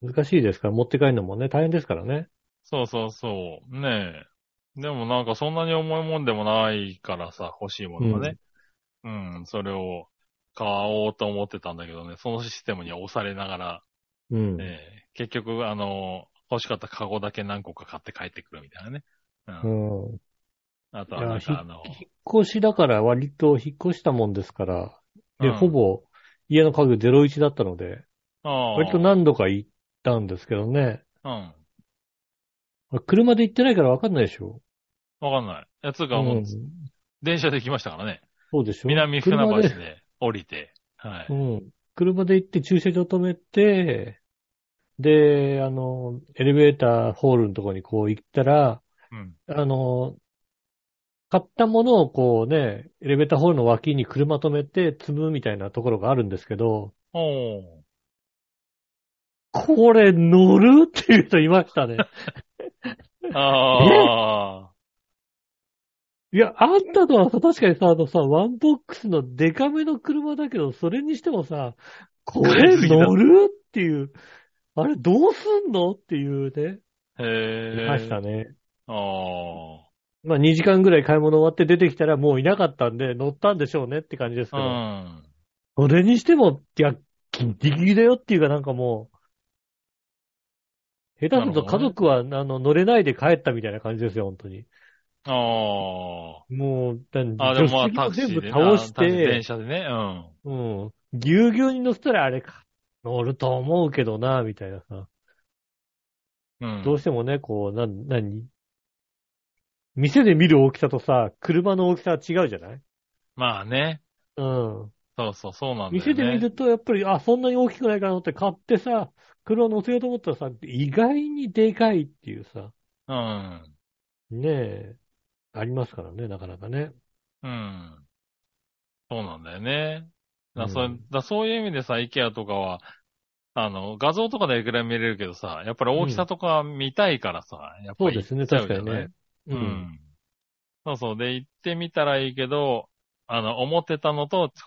難しいですから、持って帰るのもね、大変ですからね。 そうそうそう。ねえ。でもなんかそんなに重いもんでもないからさ、欲しいものがね。 うん。 うん。それを買おうと思ってたんだけどね、そのシステムには押されながら、 うん。 ねえ、結局、欲しかったカゴだけ何個か買って帰ってくるみたいなね。ううん。 ん。 あといや、 はなんか引っ越しだから割と引っ越したもんですから、で、ほうん。 ぼ家の家具01だったので、割とあ何度か行ったんですけどね。 あ、うん。 車で行ってないからわかんないでしょ。 わかんない。やつうがもう、 ん。 電車で来ましたからね。 そうでしょ南船車で、 橋で降りて。はい。 うん。車で行って駐車場止めて、で、エレベーターホールのところにこう行ったら、 うん。 あの、買ったものをこうね、エレベーターホールの脇に車止めて積むみたいなところがあるんですけど、 おー。 これ乗るっていう人いましたね。えあいや、あんたのはさ、確かにさ、ワンボックスのデカめの車だけど、それにしてもさ、 あ、 これ買いすぎだ。 乗るっていう、あれどうすんのっていうね、 へいましえ。 たね。 ああ。 まあ2時間ぐらい買い物終わって出てきたらもういなかったんで乗ったんでしょうねって感じですうけど。 ん。 それにしても、いや、ギリギリだよっていうかなんかもう、下手するとなるほどね。 家族は乗れないで帰ったみたいな感じですよ、本当に。 あもう、 あ。あ、で助手もまあタ席も全クシーでね、 部倒しタクシー、電て、 車でね、うん。 うん、ぎゅうぎゅうに乗せたらあれか、乗ると思うけどな、みたいなさ。 うん。 どうしてもね、こう、店で見る大きさとさ、車の大きさは違うじゃない？ まあね。 うん。 そうそう、そうなんだよ店で見ね。 ると、やっぱり、あ、そんなに大きくないかなって買ってさ、車乗せようと思ったらさ、意外にでかいっていうさ、 うん。 ねえ、ありますからね、なかなかね。 うん。そうなんだよね。 うん。 そういう意味でさ、イケアとかは、画像とかでいくらい見れるけどさ、やっぱり大きさうん。 とか見たいからさ、やっぱ行っそうですね、 ちゃ確かにね。 うじゃない？ うん。 うん。そうそう。で、行ってみたらいいけど、思ってたのと、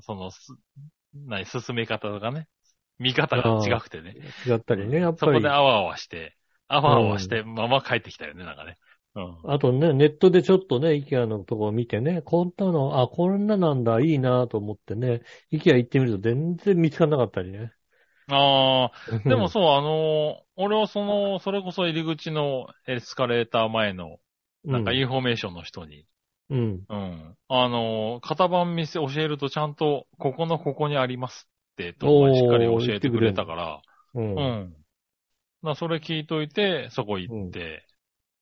進め方とかね、見方がああ、 違くてね。 違ったりね、やうん。そっぱり。 こであわあわして、あうわあわしん。 て、まま帰ってきたよね、なんかね。うん。 あとね、ネットでちょっとね、イケアのとこを見てね、こんなの、あ、こんななんだ、いいなと思ってね、イケア行ってみると全然見つからなかったりね。 ああ、 うん。 でもそう、俺はそれこそ入り口のエスカレーター前の、なんかイうん。 ンフォメーションの人に、 うん。 うん。型番教えるとちゃんと、ここのここにありますって、とこまでしっかりおー、言っ教えてくれてくれんだ。 たから、 うん。 うん。それ聞いといて、そこ行っうん。 て、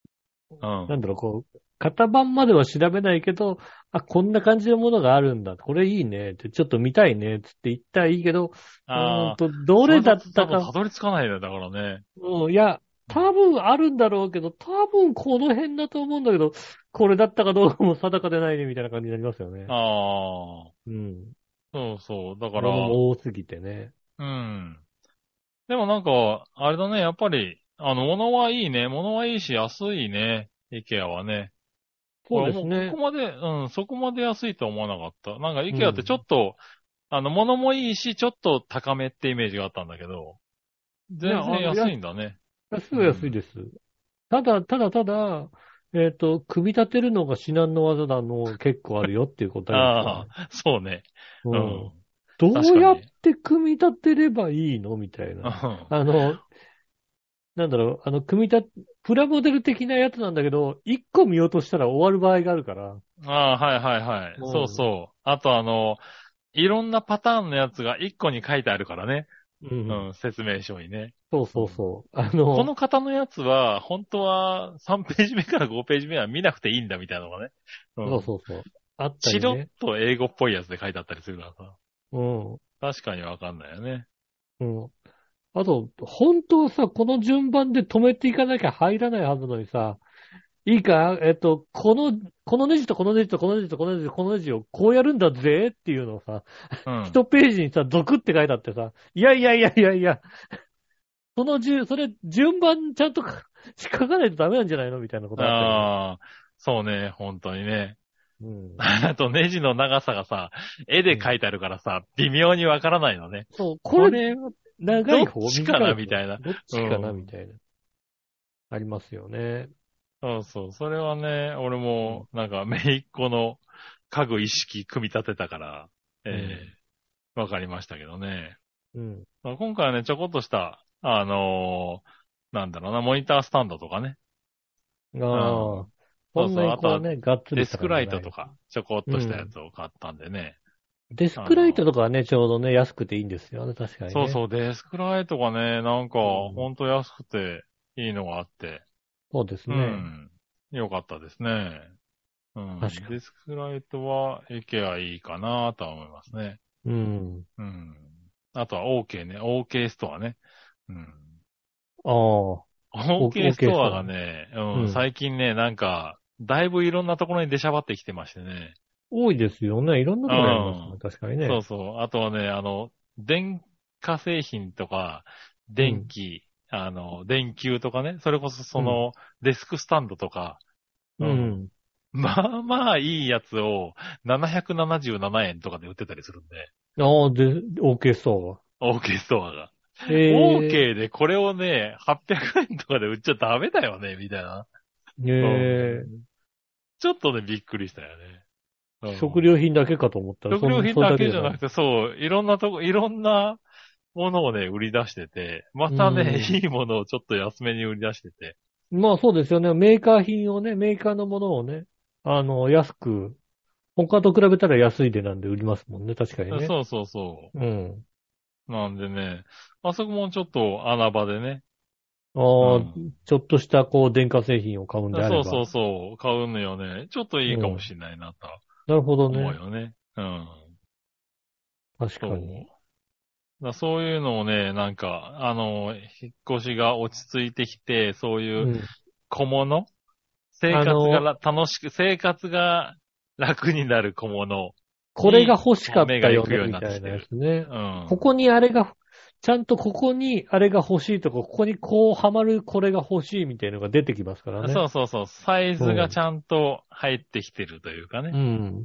うん。 なんだろう、こう、型番までは調べないけど、あ、こんな感じのものがあるんだ。これいいねって、ちょっと見たいねつって言ったらいいけど、 ああ、 どれだそれだったか、 と多分たどり着かないよ、だからね。 うん、いや、多分あるんだろうけど、多分この辺だと思うんだけど、これだったかどうかも定かでないね、みたいな感じになりますよね。 ああ、 うん。 そうそう。だかものら、 も多すぎてね。 うん。でもなんか、あれだね、やっぱり、物はいいね。物はいいし安いね。イケアはね。 そう俺もうこですね。 こまで、そこまで安いとは思わなかった。なんかイケアってちょうん。 っと、物もいいし、ちょっと高めってイメージがあったんだけど、 いや、 全然安いんだね。 安いは安いうん。 です。ただ、組み立てるのが至難の技なの結構あるよっていうことだけですよね。 ああ、そうね。 ううん。 ん。 どうやっ確かに。 て組み立てればいいのみたいな。 うん。 あの、なんだろう、プラモデル的なやつなんだけど、一個見落としたら終わる場合があるから。 ああ、はいはいはい。そううそう。あといろんなパターンのやつが一個に書いてあるからね。 ん。うん。 説明書にね。 そううん。 そうそう。 この方のやつは、本当は3ページ目から5ページ目は見なくていいんだみたいなのがね。うそうん。 そうそう。あったチロッりね。 と英語っぽいやつで書いてあったりするからさ。 うん。 確かにわかんないよね。 うん。あと、本当はさ、この順番で止めていかなきゃ入らないはずなのにさ、いいかこのネジとこのネジとこのネジとこのネジとこのネジをこうやるんだぜっていうのをさ、 うん。 一ページにさ、ゾクって書いてあってさ、いやいやいやいやいや、それ順番ちゃんと書かないとダメなんじゃないのみたいなことあったりね。 ああ、そうね、本当にね。 うん。 あとネジの長さがさ、絵うん。 で描いてあるからさ、微妙にわからないのね。 そう、これ、 これ、どっ長い方ちかな短い方みたいな。 どっちかなみうん。 たいな。ありますよね。 そうそう。それはね、俺うん。 も、なんか、姪っ子の家具意識組み立てたから、 うん。 わかりましたけどね。 うん。 まあ今回はね、ちょこっとした、なんだろうな、モニタースタンドとかね。うん。 ああ、そんそうそう。あとは、 なにこうね、がっつりしたデスクラ感じじゃないです。 イトとか、ちょこっとしたやうん。 つを買ったんでね。 デスクライトあの、 とかはね、ちょうどね、安くていいんですよね、確かにね。 そうそう、デスクライトがね、なんか、 うん。 ほんと安くていいのがあって、 そうですうね。 ん。よかったですね。うん。 確かデスクライトは、IKEA いいかなとは思いますね。 に。うん。 うん。あとは OK ね。OK ストアね。うん。 ああ、 OK ス OK トアがさね、 ん。うん。 最近ね、なんか、だいぶいろんなところに出しゃばってきてましてね。 多いですよね。いろんなうところにありますね。 ん。 確かにね。 そうそう。あとはね、電化製品とか、 うん。 電気、電球とかね、それこそうん。 デスクスタンドとか、うん。 うん。 まあまあいいやつを777円とかで売ってたりするんで、 ああ、で、OK そ OK ストアが。 う。え OK でこれをね、800円とかで売っちゃダメだよね、みたいな。うええん。ちょっとね、びっくりしたよね。うん。 食料品だけかと思ったら、それ食料品だだけじゃない。 けじゃなくて、そう、いろんなものをね、売り出してて、まうたね、 ん。 いいものをちょっと安めに売り出してて。 まあそうですよね。メーカーのものをね、安く、他と比べたら安い値段で売りますもんね。確かにね。 そうそうそうん。 う。なんでね、あそこもちょっと穴場でね。うああ、 ん。 ちょっとしたこう電化製品を買うんであれば。 そうそうそう、買うのよね。ちょっといいかもうん。 しれないなとなるほどね。 思うよね。うん。 確かに。 そう。そういうのをね、なんか、引っ越しが落ち着いてきて、そういううん。 小物あの、 生活が楽になる小物これがに、 欲しかっ目がたよね、 行くようになってみたいなやきてる。 つね。 うん。 ここにあれが、ちゃんとここにあれが欲しいとか、ここにこうはまるこれが欲しいみたいなのが出てきますからね。 そうそうそう。サイズがうん。 ちゃんと入ってきてるというかね。 うん。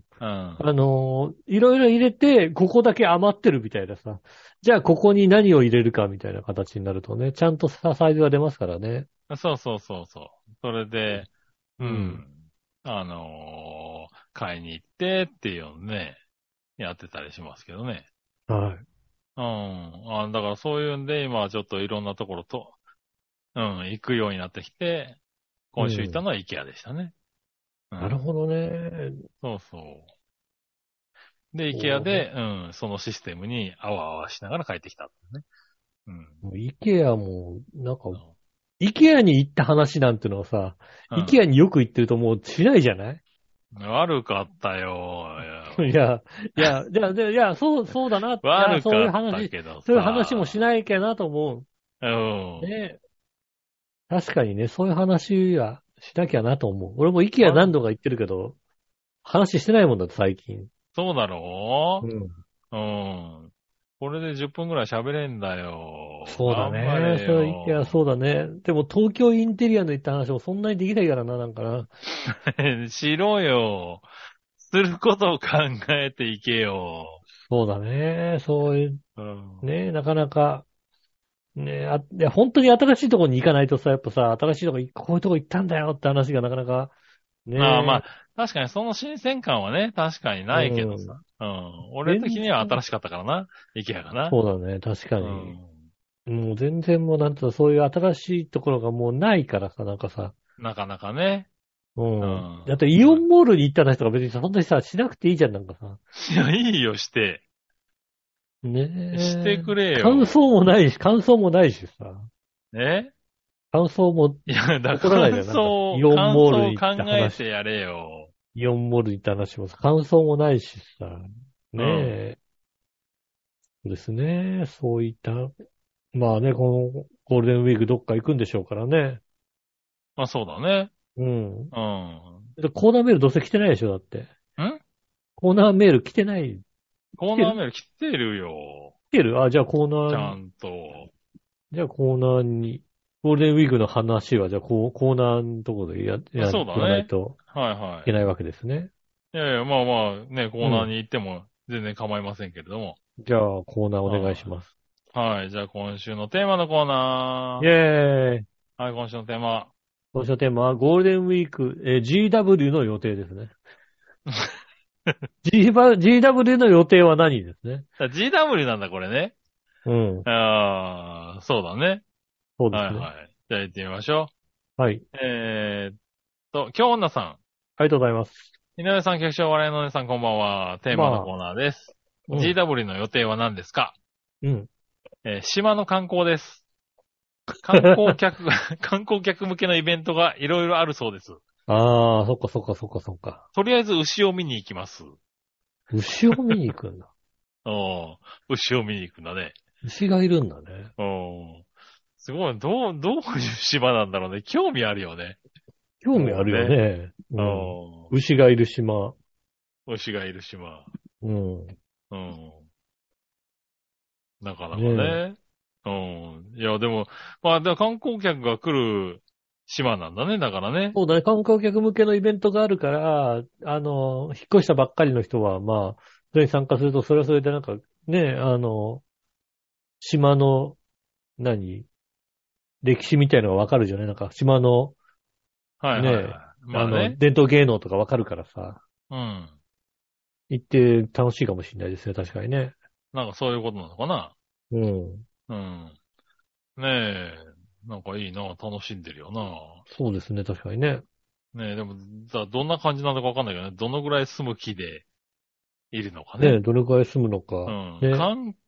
うん。 いろいろ入れて、ここだけ余ってるみたいなさ。じゃあ、ここに何を入れるかみたいな形になるとね、ちゃんとさ、サイズが出ますからね。 そうそうそうそう。それで、ううん。 ん。買いに行ってっていうのをね、やってたりしますけどね。 はい。 うん。だからそういうんで、今はちょっといろんなところと、行くようになってきて、今週行ったうん。 のは IKEA でしたね。うん。 なるほどね。 そうそう。で、IKEA こうね。 で、そのシステムにあわあわしながら帰ってきたんだね。うん。 もう、イケアも、なんか、 イケアに行った話なんてのはさ、イケアによく行ってるともうしないじゃない？ 悪かったよ。 いや、そうだな。いや、 悪そういうかった話、 けどさ。 そういう話もしないけなと思うん。 う。ね。確かにね、そういう話はしなきゃなと思う。俺もイケア何度か行ってるけど、話してないもんだって最近。 そうだろうん。 うん。これで10分ぐらい喋れんだよ。 そうだ頑張ね。 れそれ、いや、そうよ。 だね。でも東京インテリアの行った話もそんなにできないからな、なんかな。 しろよ。することを考えていけよ。 そうだね。そういう、 うん。 ね、なかなか、ね、いや、本当に新しいところに行かないとさ、やっぱさ、新しいとここういうとこ行ったんだよって話がなかなか、 ああ、まね、 あ、確かにその新鮮感はね、確かにうないけどん。 さ。うん。俺全的には然、 新しかったからな。イケアがな。 そうだね、確かうに。 ん。 もう全然もうなんとそういう新しいところがもうないからさ、なんかさ、 なかなかね。ううん。だってん。 イオンモールに行った話とか別にさ、本当にさ、しなくていいじゃん、なんかさ。 いや、いいよ、して。してねえ。 くれ感想よ。 もないし、感想もないしさ。 え感想もいや、だから起こらないじゃん。なんか、イオン感モールに行っ想を考た話、 えてやれよ。 イオンモールに行った話もさ、感想もないしさ。ねうん。 え。そうですね。そういった、まあね、このゴールデンウィークどっか行くんでしょうからね。 まあそうだね。 うん。 うん。 でコーナーメールどうせ来てないでしょ、だって。 んコーナーメール来てない。来てるコーナーメール来てるよ。 来てるあ、じゃあコーナー、 ちゃんと。 じゃあコーナーに、ゴールデンウィークの話は、じゃあコーナーのところでそうだ言わないね。 とはいはいけないわけですね。 い。いやいや、まあまあ、ね、コーナーうん。 に行っても全然構いませんけれども。 じゃあコーナーお願いはします。 い。はい。じゃあ今週のテーマのコーイナェーイ。 ー。はい、今週のテーマ。 今週のテーマはゴールデンウィーク、GW の予定ですね。GW の予定は何ですね。 GW なんだ、これね。 うん。 ああ、そうだね。 そうですね。 はいはい。じゃあ行ってみましょはい。 う。京女さん。 ありがとうございます。 井上さん、局長、笑いのお姉さん、こんばんは。テーマのまあ、 コーナーです。 うん。 GW の予定は何ですか？ うん。 島の観光です。観光客が、観光客向けのイベントがいろいろあるそうです。 ああ、そっかそっかそっかそっか。 とりあえず牛を見に行きます。 牛を見に行くんだ。 うん。牛を見に行くんだね。 牛がいるんだね。 うん。すごい。どういう島なんだろうね。興味あるよね。 興味あるよもうね。 ね。 ううん。 ん。 牛がいる島。 牛がいる島。 うん。 うん。なかなかねえ。 ね。うん。いや、でも、まあ、だから観光客が来る島なんだね。だからね。 そうだね。観光客向けのイベントがあるから、引っ越したばっかりの人は、まあ、それに参加すると、それはそれでなんか、ね、島の、何歴史みたいのがわかるじゃないなんか、島の、 はいはいね、 はい。まあね。 伝統芸能とかわかるからさ、 うん。 行って楽しいかもしれないですね。確かにね。 なんかそういうことなのかな。 うん。 うん。ねえ。なんかいいな。楽しんでるよな。 そうですね。確かにね。 ねえ、でも、どんな感じなのかわかんないけどね。どのぐらい住む気でいるのかね。 ね、どれくらい住むのか。 うん。 ね。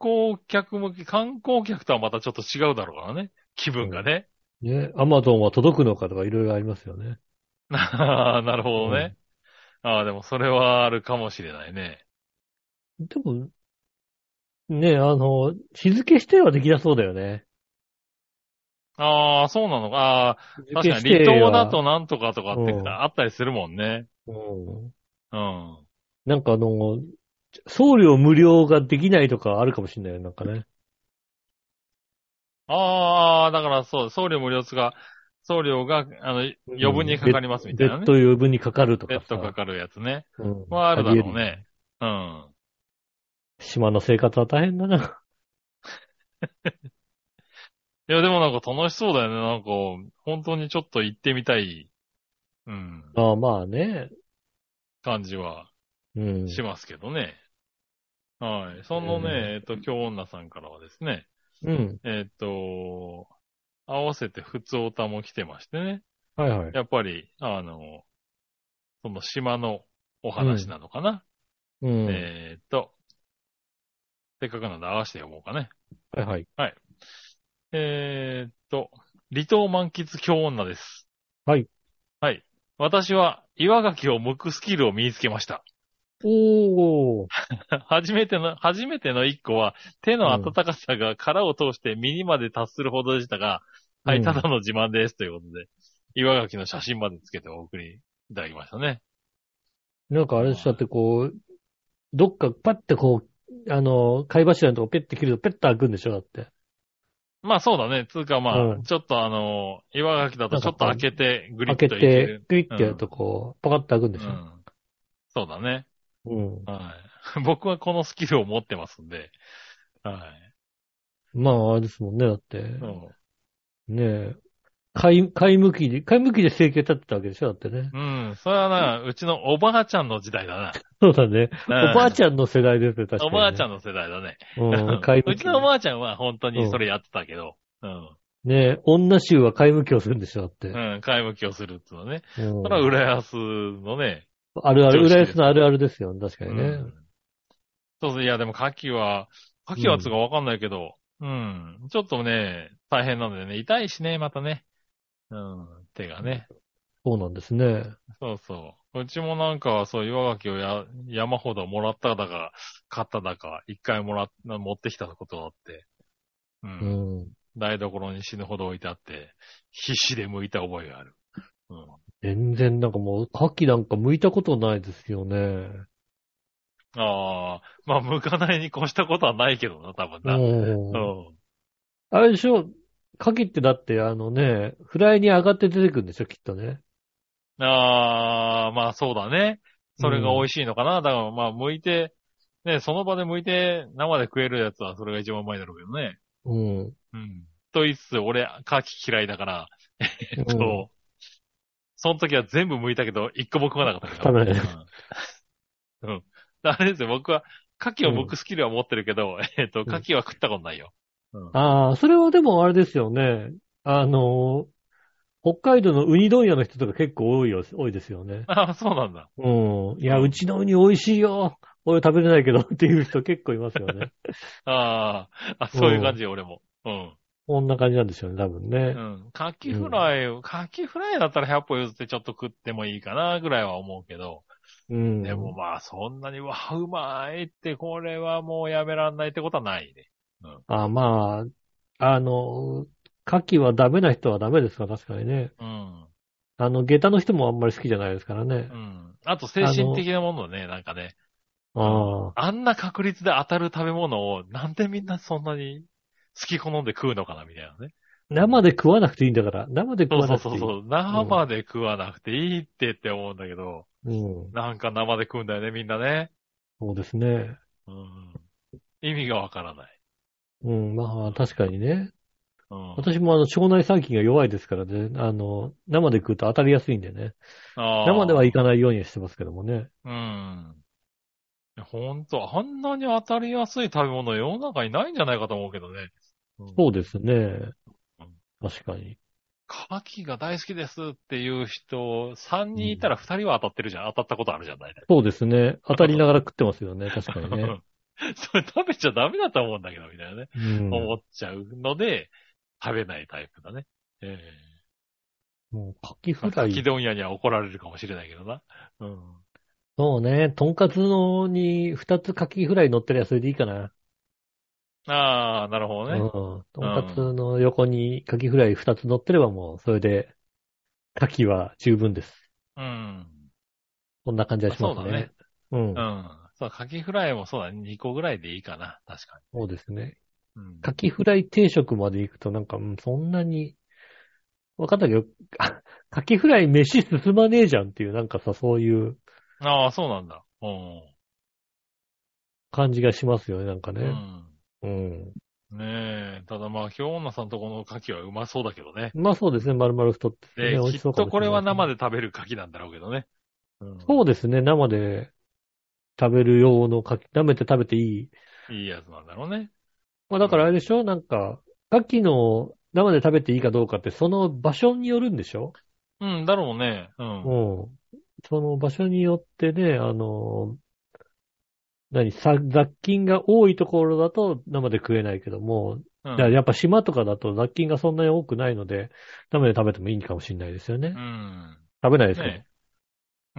観光客とはまたちょっと違うだろうからね。気分がうん。 ね。 ね。アマゾンは届くのかとかいろいろありますよね。 なるほどね。 うん。 ああ、でもそれはあるかもしれないね。 でも、ね、日付指定はできなそうだよね。 ああ、そうなのか。ああ、 日付確かに離指定島だは、 となんとかとかってうん。 あったりするもんね。 うん。 うん。 なんか送料無料ができないとかあるかもしれないよ。なんかね。 ああ、だからそう、送料が、 うん。 余分にかかりますみたいなね。 別途余分にかかるとかさ。 別途かかるやつね。 うん。 はあるだあり得るよ。 ろうね。うん。 島の生活は大変だな。 いや、でもなんか楽しそうだよね。なんか、本当にちょっと行ってみたい、うん、 ああ、まあね。 感じはうん。 しますけどね。はい。そのえね、京女さんからはですね、 うん。 合わせて普通おたも来てましてね。 はいはい。 やっぱり、その島のお話うん。 なのかな。 うん。 えっと、せっかくなんで合わせて読もうかね。 はいはい。 はい。えーっと、 離島満喫京女です。 はい。 はい。私は岩牡蠣を剥くスキルを身につけました。 おー。 初めての一個は、手の温うん。 かさが殻を通して身にまで達するほどでしたが、はい、ただうん。 の自慢です。ということで、岩牡蠣の写真までつけてお送りいただきましたね。 なんかあれでしょ、だっはてこう、どっかパッてこう、貝柱のとこペッて切るとペッと開くんでしょ、だって。 い。まあそうだね。つうかまあ、 うん。 ちょっと岩牡蠣だとちょっと開なんかこう、 けてグリ開ッけて、 といける。 グイッうん。 てやるとこう、パカッと開くんでしょ。 うん。そうだね。 うん。 はい。僕はこのスキルを持ってますんで。はい。 まあ、あれですもんね、だって。 そねえ。貝むきで生計立ってたわけでしょ、だってね。 う。うん。それはな、うちのおばあちゃんの時代だそうだね。おばあな。 ちゃんの世代ですよ、 うん。お確かにね。 ばあちゃんの世代だね。 うん、貝うちのおむき。 ばあちゃんは本当うん。 にそれやってたけど。うん。 ねえ、女衆は貝むきをするんでしょ、だって。 うん。買い向きをするっていうのはね。 うそれはん。 浦安のね、 あるある、 常浦識ですから。 安のあるあるですよ、確かにね。 うん。そうそう。いや、でも牡蠣はつううん。 かわかんないけど、うん。ちょっとね、大変なのでね、痛いしね、またね。うん。手がね。 そうなんですね。 そうそう。うちもなんか、そう、岩牡蠣を山ほどもらっただか、買っただか、一回持ってきたことがあって、ううん。 ん。 台所に死ぬほど置いてあって、必死で剥いた覚えがある。うん。 全然なんかもう、牡蠣なんか剥いたことないですよね。 ああ、まあ、剥かないに越したことはないけどな、多分うな。うん。 ん。 あれでしょ、牡蠣ってだってフライに上がって出てくるんでしょ、きっとね。 ああ、まあそうだね。それが美味うん。 しいのかな。だからまあ、剥いて、ね、その場で剥いて生で食えるやつはそれが一番うまいだろうけどね。 うん。 うん。と言いつつ、俺、牡蠣嫌いだから、えっうん。 と、その時は全部剥いたけど、一個も食わなかったけど。 食べない。 うん。うん。あれですよ、僕は、牡蠣を剥うん。 くスキルは持ってるけど、 うん。 牡蠣は食ったことないよ。うん。 ああ、それはでもあれですよね。あの、北海道のウニ問屋の人とか結構多いですよね。 ああ、そうなんだ。 うん。いや、ううん。 ちのウニ美味しいよ。俺食べれないけどっていう人結構いますよね。 ああ、 うそういう感ん。 じよ、俺も。うん。 こんな感じなんですよね、多分ね。 うん。 うん。 カキフライだったら100歩譲ってちょっと食ってもいいかな、ぐらいは思うけど。 うでもん。 まあ、そんなに、わあ、うまいって、これはもうやめらんないってことはないね。うん。 あ、まあ、牡蠣はダメな人はダメですから、確かにね。 うん。 下駄の人もあんまり好きじゃないですからね。 うん。あと精あの、 神的なものね、なんかね。うん。 ああ、 あんな確率で当たる食べ物を、なんでみんなそんなに好き好んで食うのかな、みたいなね。うん。 生で食わなくていいんだから。生で食そうわなくていい。 そうそうそう。 うん。 生で食わなくていいって思うんだけど、 うん。 なんか生で食うんだよね、みんなね。 そうですね。 うん。意味がわからない。 うん。まあ、確かにね。 うん。 私も腸内細菌が弱いですからね。生で食うと当たりやすいんでね。生ではいああ。 かないようにはしてますけどもね。 うん。ほんと、あんなに当たりやすい食べ物世の中にないんじゃないかと思うけどね。うん。 そうですね。 うん。 確かに。 牡蠣が大好きですっていう人、3人いたうん。 ら2人は当たってるじゃん。当たったことあるじゃん、大体。 そうですね。当たりながら食ってますよね。確かにね。 それ食べちゃダメだと思うんだけど、みたいなね。 うん。 思っちゃうので、食べないタイプだね。 もう、カキまあ、 フライ。 牡蠣問屋には怒られるかもしれないけどな。うん。 そうね。とんかつのに2つカキフライ乗ってりゃそれでいいかな。 ああ、なるほどね。 うん。とんかつうん。 の横にカキフライ2つ乗ってればもう、それで、カキは十分です。 うん。 こんな感じはまあ、 しますね。 そうだね。 うん。 うん。そう、カキフライもそうだね。2個ぐらいでいいかな。確かそうですね。 に。うん。 カキフライ定食まで行くとなんか、そんなに、わかんないけど、カキフライ飯進まねえじゃんっていう、なんかさ、そういうああ、そうなんだ。うん。 感じがしますよね、なんかうね。 ん。 うん。 ねえ。ただまあ、京女さんとこの牡蠣はうまそうだけどね。 まあそうですね、丸々太っててね、 で、 美味しそうかもしきっとこれれないですね。 は生で食べる牡蠣なんだろうけどね。うん。 そうですね、生で食べる用の牡蠣、舐めて食べていい。 いいやつなんだろうね。 まあだからあれうん。 でしょなんか、牡蠣の生で食べていいかどうかってその場所によるんでしょ？ うん、だろうね。うん。 うん。その場所によってね、雑菌が多いところだと生で食えないけども、 うん。 やっぱ島とかだと雑菌がそんなに多くないので、ダメで食べてもいいかもしれないですよね。 うん。 食べないですけど。 ねうん。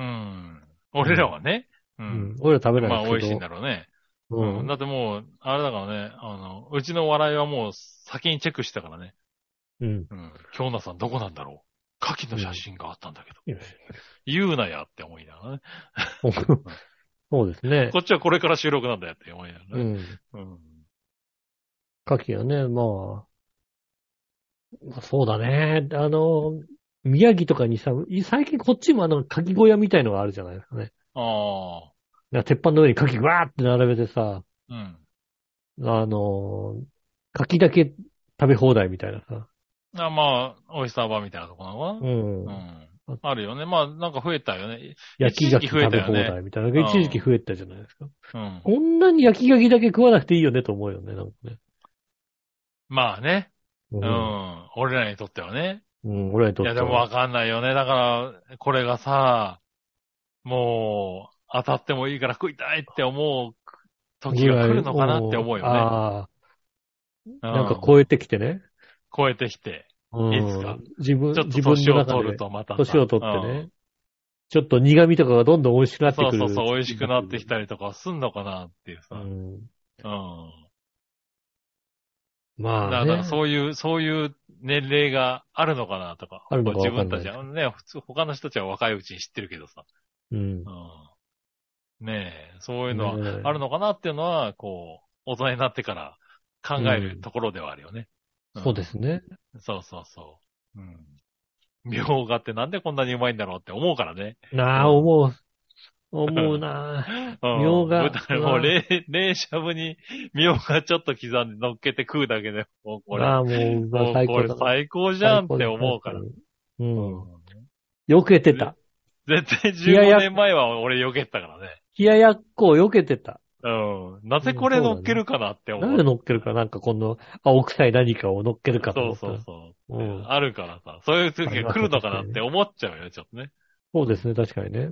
俺らはね。ううん。俺ら食べないまあ、 ですけど。 美味しいんだろうね。 うん。 だってもう、あれだからね、うちの笑いはもう先にチェックしてたからね。 うん。 京奈さんどこなんだろう。牡蠣の写真があったんだけど。 よし言うなやって思いながらね。 そうですねこ。っちはこれから収録なんだよって思いながらね。 うん。牡蠣はね、まあ、そうだね。宮城とかにさ、最近こっちも牡蠣小屋みたいのがあるじゃないですかね。 ああ。 鉄板の上に牡蠣ぐわーって並べてさ、 うん。 牡蠣だけ食べ放題みたいなさ。 まあ、オイスターバーみたいなとこなのかうな。 ん。 あるよね。まあ、なんか増えたよね。 焼き牡蠣食べ放一時期増えたよね。 題みたいなのが一時期増えたじゃないですか。こうん。 んなに焼き牡蠣だけ食わなくていいよねと思うよね、なんかね。 まあね。 う。 俺らにとってはね。 俺らにとっては。 いや、でもわかんないよね。だから、これがさ、もう、当たってもいいから食いたいって思う時が来るのかなって思うよね。 ああ。なんかうん。 超えてきてね。 超えてきて。いつか。 自分ちょっとの年を中で取るとまたさ。 年を取ってね。ちょっと苦味とかがどんどん美味しくなってくる。 そう、美味しくなってきたりとかすんのかなっていうさ。 まあね。 だからそういう年齢があるのかなとか。 あるのかわかんない。 自分たちはね、普通、他の人たちは若いうちに知ってるけどさ。ねえ、そういうのはあるのかなっていうのは、こう、大人になってから考えるところではあるよね。 そうですね。 そう。みょうがってなんでこんなにうまいんだろうって思うからね。 思うなみょうが。 もう、冷しゃぶに、みょうがちょっと刻んで乗っけて食うだけで、もうこれ。 もう最高これ最高じゃんって思うから。 避けてた。 絶対15年前は俺避けてたからね。 冷ややっこを避けてた。 なぜこれ乗っけるかなって思う。 なんで乗っけるかなんかこの青臭い何かを乗っけるかと思った。 そう。あるからさ。そういう時が来るのかなって思っちゃうよね、ちょっとね。 そうですね、確かにね。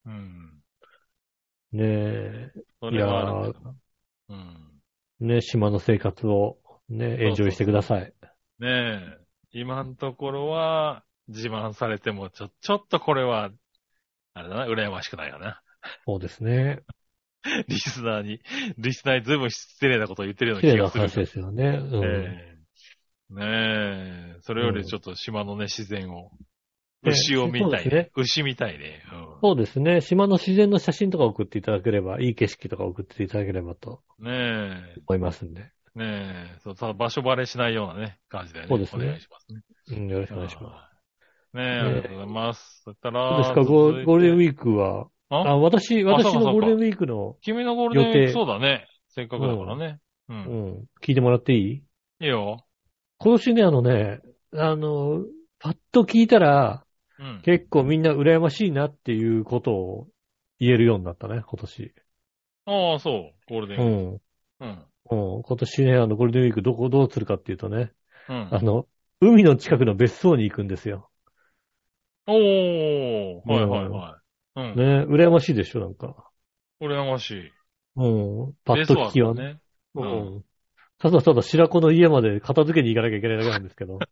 ねえ。 それはあるけど。 ね、島の生活をね、エンジョイしてください。 ねえ。今のところは、自慢されても、ちょっとこれは、あれだな、羨ましくないよな。 そうですね。 リスナーにずいぶん失礼なことを言ってるような気がする。 失礼な話ですよね。 ねえ。それよりちょっと島のね、自然を。牛を見たいね。牛みたいね。 そうですね。島の自然の写真とか送っていただければ、いい景色とか送っていただければと。 ねえ。 思いますんで。 ねえ。ただ場所バレしないようなね、感じでね。 そうですね。 お願いしますね。 よろしくお願いします。 ねえ、ありがとうございます。そしたら、 どうですか、ゴールデンウィークは。私のゴールデンウィークの。 君のゴールデンウィークそうだね。せっかくだからね。 聞いてもらっていい？ いいよ。 今年ね、パッと聞いたら、結構みんな羨ましいなっていうことを言えるようになったね、今年。 ああ、そう。ゴールデンウィーク。 今年ね、ゴールデンウィークどうするかっていうとね、 海の近くの別荘に行くんですよ。 おー、はい。 ね、羨ましいでしょ、なんか。 羨ましい。 パッと聞きはね。ただただ白子の家まで片付けに行かなきゃいけないだけなんですけど。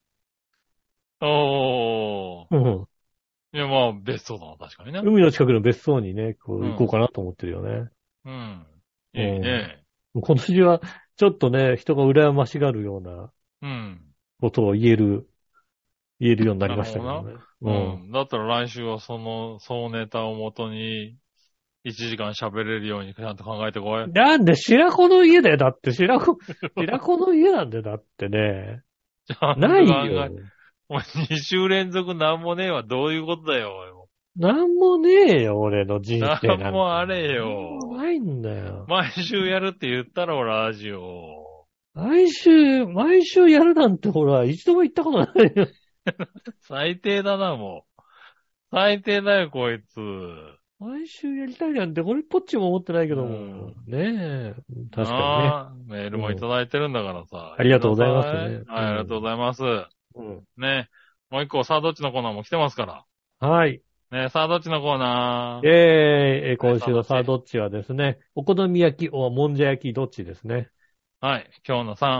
いや、まあ、別荘だな、確かにね。 海の近くの別荘にね、行こうかなと思ってるよね。 いいね。 今年は、ちょっとね、人が羨ましがるような、ことを言えるようになりましたけどね。 だったら来週はそのネタをもとに、1時間喋れるようにちゃんと考えてこい。 なんで白子の家だよ、だって。白子の家なんだよ、だってね。ないよ。 お前2週連続なんもねえわ。どういうことだよ。 なんもねえよ、俺の人生なんて。 なんもあれよ。 ないんだよ。 毎週やるって言ったろ、ラジオ。 毎週やるなんてほら、一度も言ったことないよ。 最低だな、もう。最低だよ、こいつ。 毎週やりたいなんて、これっぽっちも思ってないけども。ねえ。確かにね。メールもいただいてるんだからさ。 ありがとうございますね。 はい、ありがとうございます。ねもう一個、さあどっちのコーナーも来てますから。 はい。 ねさあどっちのコーナー。今週のさあどっちはですね、お好み焼き、もんじゃ焼きどっちですね。 はい。今日のさん。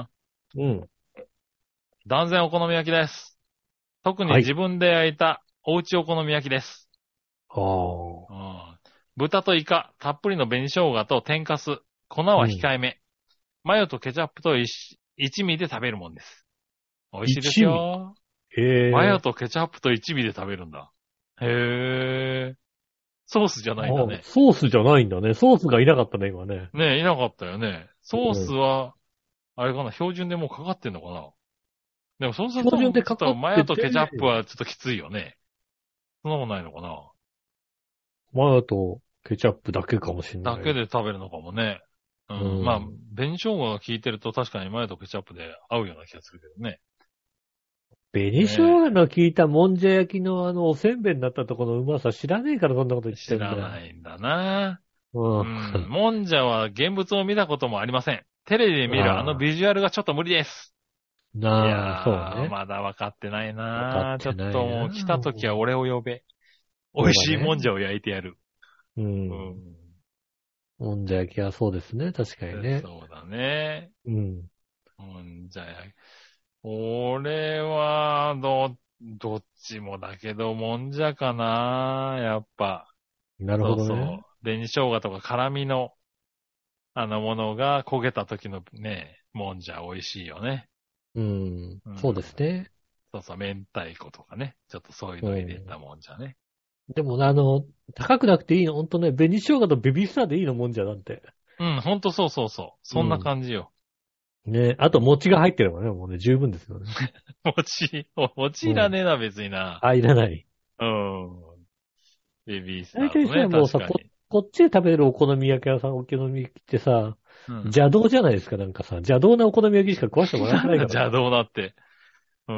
うん。 断然お好み焼きです。特にはい。 自分で焼いたおうちお好み焼きです。 ああ。 うん、豚とイカ、たっぷりの紅生姜と天かす、粉はうん。 控えめ。マヨとケチャップと一味で食べるもんです。美味しいです一味。 よ。 へマヨえ。 とケチャップと一味で食べるんだ。へえ。ソースじゃああ、 ないんだね。 ソースじゃないんだね。ソースがいなかったね、今ね。 ねえ、いなかったよね。ソーうん。 スは、あれかな、標準でもうかかってんのかな。でもそうすると、 標準でちょっかかっとマヨとてて、 ケチャップはちょっときついよね。そんなことないのかな。 マヨとケチャップだけかもしんだない。 けで食べるのかもね。ううん。まあ、 ん。 紅生姜が効いてると確かにマヨとケチャップで合うような気がするけどね。 紅生ね姜の効いたもんじゃ焼きのおせんべいになったところのうまさ知らねえからそんなこと言え。 って知らんだよ。 ないんだな。 うん。 うん。もんじゃは現物を見たこともありません。テレビで見るあのああ。 ビジュアルがちょっと無理です。いなあ、そうやー、 ね。 まだ分かってないわかっな。ちょってないな。 ともう来た時は俺を呼べ。美味しいそうだね。 もんじゃを焼いてやる。 ううん。 ん。 もんじゃ焼きはそうですね。確かにね。 そうだね。 うん。 もんじゃ焼き。俺は、どっちもだけど、もんじゃかな。やっぱ。 なるそほどね。 うそう。紅生姜とか辛味の、ものが焦げた時のね、もんじゃ美味しいよね。 うん。 うん。 そうですね。 そうそう、明太子とかね。ちょっとそういううの入れん。 たもんじゃね。 でも、高くなくていいの。ほんとね、紅生姜とベビースターでいいのもんじゃなんて。 うん、ほんとそうそうそう。そんなうん。 感じよ。 ね。あと、餅が入ってればね、もうね、十分ですよね。 餅いうん。 らねえな、別にな。 あ、いらない。 うん。ベビースターとね、 大体さ、もうさ、 確かに。 こっちで食べるお好み焼き屋さん、お好み焼きってさ、 うん。 邪道じゃないですか、なんかさ、邪道なお好み焼きしか食わしてもらってなんないからさ。 だ邪道だって。うん。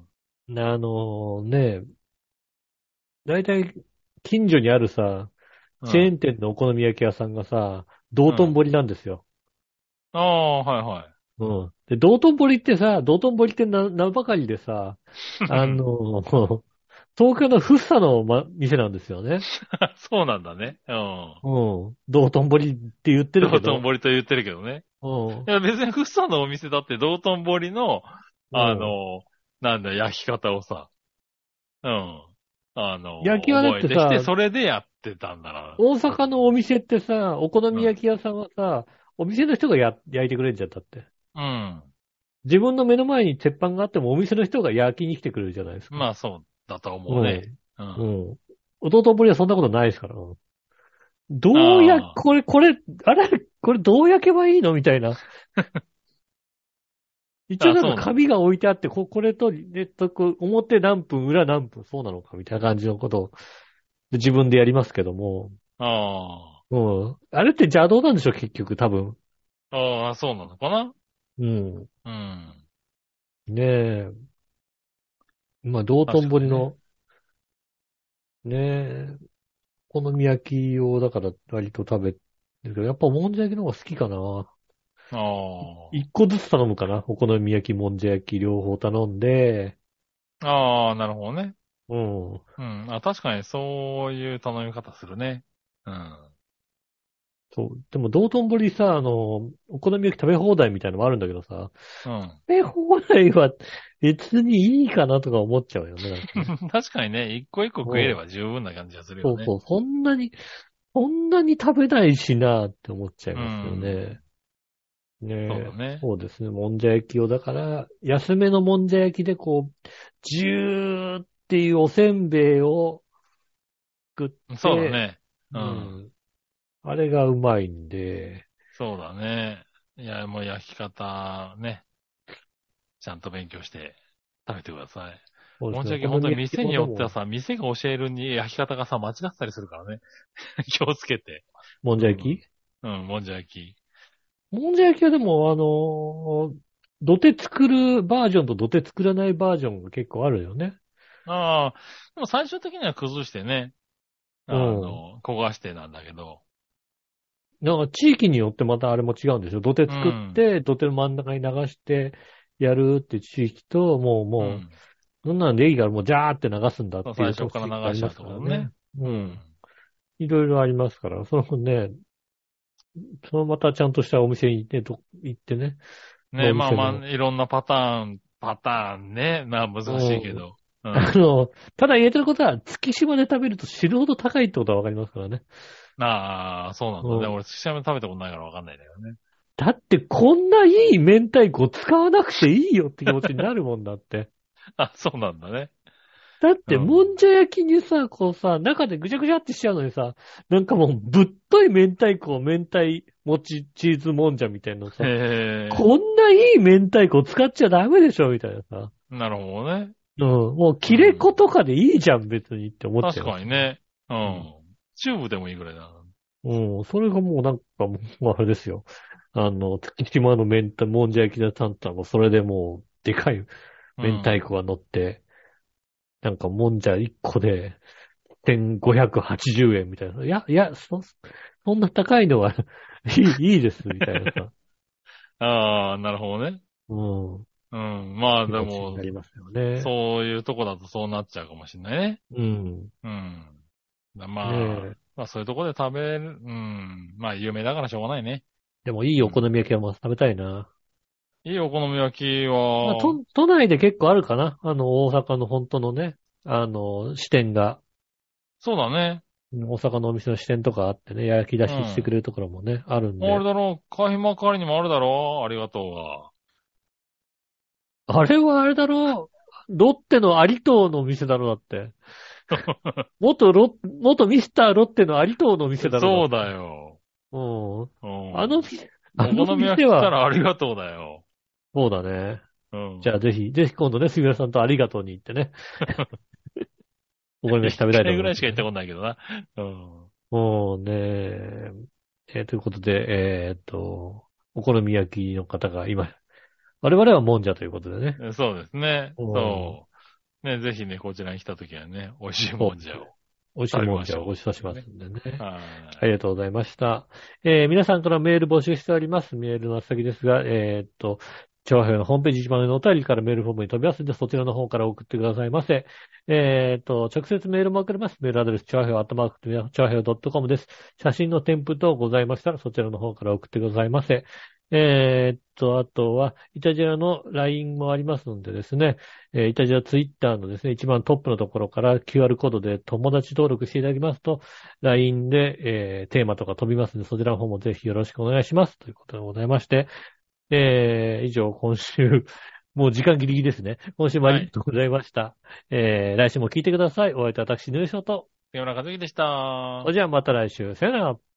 ね、大体、近所にあるさ、チェーうん。 ン店のお好み焼き屋さんがさ、道うん。 頓堀なんですよ。 ああ、はいはい。 うん。で、道頓堀って名ばかりでさ、あの、東京の福生の、店なんですよね。 そうなんだね。うん。 うん。道頓堀って言ってるけ道頓ど、 堀と言ってるけどね。 うん。 いや、別に福生のお店だって道頓堀の、 うん。 なんだ、焼き方をさ、うん。 焼きはだっ覚えてきて、 てさ、 それでやってたんだな。 大阪のお店ってさ、お好みうん。 焼き屋さんはさ、お店の人が焼いてくれんじゃったって。 うん。 自分の目の前に鉄板があってもお店の人が焼きに来てくれるじゃないですか。 まあ、そうだとう思うね。 ん。 うん。 うあん。弟ぶりはそんなことないですから。 あ。 これどう焼けばいいのみたいな。一応あ、 なんかそうなんだ。 紙が置いてあって、これと、こう表何分、裏何分、そうなのかみたいな感じのことを自分でやりますけども。 あうん。あれって邪道なんでしょ、結局、多分。 あ。ああ、そうなのかな。 うん。 うん。 ねえ。まあ、道頓確かにね。 堀の、ねえ、お好み焼きを、だから割と食べるけど、やっぱもんじゃ焼きの方が好きかな。 ああ。 一個ずつ頼むかな。お好み焼き、もんじゃ焼き両方頼んで、 ああ、なるほどね。 うん。 うん。あ、確かにそういう頼み方するね。うん。 そう。でも、道頓堀さ、お好み焼き食べ放題みたいなのもあるんだけどさ、 うん。 食べ放題は別にいいかなとか思っちゃうよね、なんかね。 確かにね、一個一個食えれうん。 ば十分な感じがするよね。 そうそう。そんなに食べないしなって思っちゃいうますよん。 ね。ねえ。 そうだね。 そうですね。もんじゃ焼きを、だから、安めのもんじゃ焼きでこう、ジューっていうおせんべいを作って、 そうだね。うん。 うん。あれがうまいんで、 そうだね。いや、もう焼き方ね、ちゃんと勉強して食べてください。 そうですね。おもんじゃ焼き本当に好み焼き店にもでも、 よってはさ、店が教えるに焼き方がさ、間違ってたりするからね。気をつけて。 もんじゃ焼うん。 きうん、もんじゃ焼き。 もんじゃ焼きはでも、土手作るバージョンと土手作らないバージョンが結構あるよね。 ああ、でも最終的には崩してね、 うん。 焦がしてなんだけど。 なんか地域によってまたあれも違うんですよ。土手う作っん。 て、土手の真ん中に流してやるって地域と、もうん。 う、そんなんでいいからもうジャーって流すんだってい最うと地初から流しちゃうっ域がありますてことね。 からね。ううん。 ん。いろいろありますから、そのね、そのまたちゃんとしたお店に行ってね、 ね、まあお店のまあ、いろんなパターンね。まあ難しいけど。うん。 ただ言えてることは、月島で食べると死ぬほど高いってことはわかりますからね。 ああ、そうなんだね。 うん俺、寿司食べたことないからわかんないんだよね。 だってこんないい明太子使わなくていいよって気持ちになるもんだって。 あ、そうなんだね。 だって、 うん。 もんじゃ焼きにさ、こうさ、中でぐちゃぐちゃってしちゃうのにさ、なんかもうぶっとい明太子、明太餅チーズもんじゃみたいなのさ、 へえ。 こんないい明太子使っちゃダメでしょみたいなさ。 なるほどね。 うん、もう切れ子とかでいいじゃん、別にって思っちゃ確う。 かにね。ううんん。チューブでもいいぐらいだな。 うん、それがもうなんかもう、あれですよ。月島の明太、もんじゃ焼きで担々もそれでもう、でかい明太子が乗って、なんかもんじゃ1個で1580円みたいな。そんな高いのはいいです、みたいなさ。 ああ、なるほどね。 うん。 うん。まあ気でも持ちにな、りますよね。 そういうとこだとそうなっちゃうかもしれないね。 うん。 うん。まねあ、 え。 まあそういうとこで食べる、うん。まあ有名だからしょうがないね。 でもいいお好み焼きはまず食べたいな。 いいお好み焼きまあ、 は、 都内で結構あるかな。大阪の本当のね、支店が。 そうだね。 大阪のお店の支店とかあってね、焼き出ししてくれるところもね、あるんで。 あれだろう、海浜カリにもあるだろう、ありがとうが。 あれはあれだろう。ロッテのアリトーのお店だろうだって。元ミスターロッテのアリトーのお店だろそううだって。 だよ。 うん。 うん。 あのお好み焼き店は、 来たらありがとうだよ。 そうだね。 うん。 じゃあぜひ今度ね、杉浦さんとありがとうに行ってね、お好み焼き食べたいと思います、 一回ぐらいしか行ったことないけどな。うん。 もうね、ということで、お好み焼きの方が今、我々はもんじゃということでね。 そうですね。 うんそう。ね、ぜひね、こちらに来た時はね、美味しいもんじゃを。 美味しいもんじゃをご馳走しますんでね。 はありがとうございました。皆さんからメール募集しております。メールの先ですが、調和表のホームページ一番上のお便りからメールフォームに飛びますので、そちらの方から送ってくださいませ。直接メールも送れます。メールアドレス、調和表、調和表 .com です。写真の添付等ございましたら、そちらの方から送ってくださいませ。あとは、イタジラの LINE もありますのでですね、イタジラツイッターのですね、一番トップのところから QR コードで友達登録していただきますと、LINE で、テーマとか飛びますので、そちらの方もぜひよろしくお願いします。ということでございまして、以上、今週、もう時間ギリギリですね。今週もありがとうございました。来週も聞いてください。お会いいたい私、ヌーショと。 杉村和樹でした。 それじゃあまた来週。さよなら。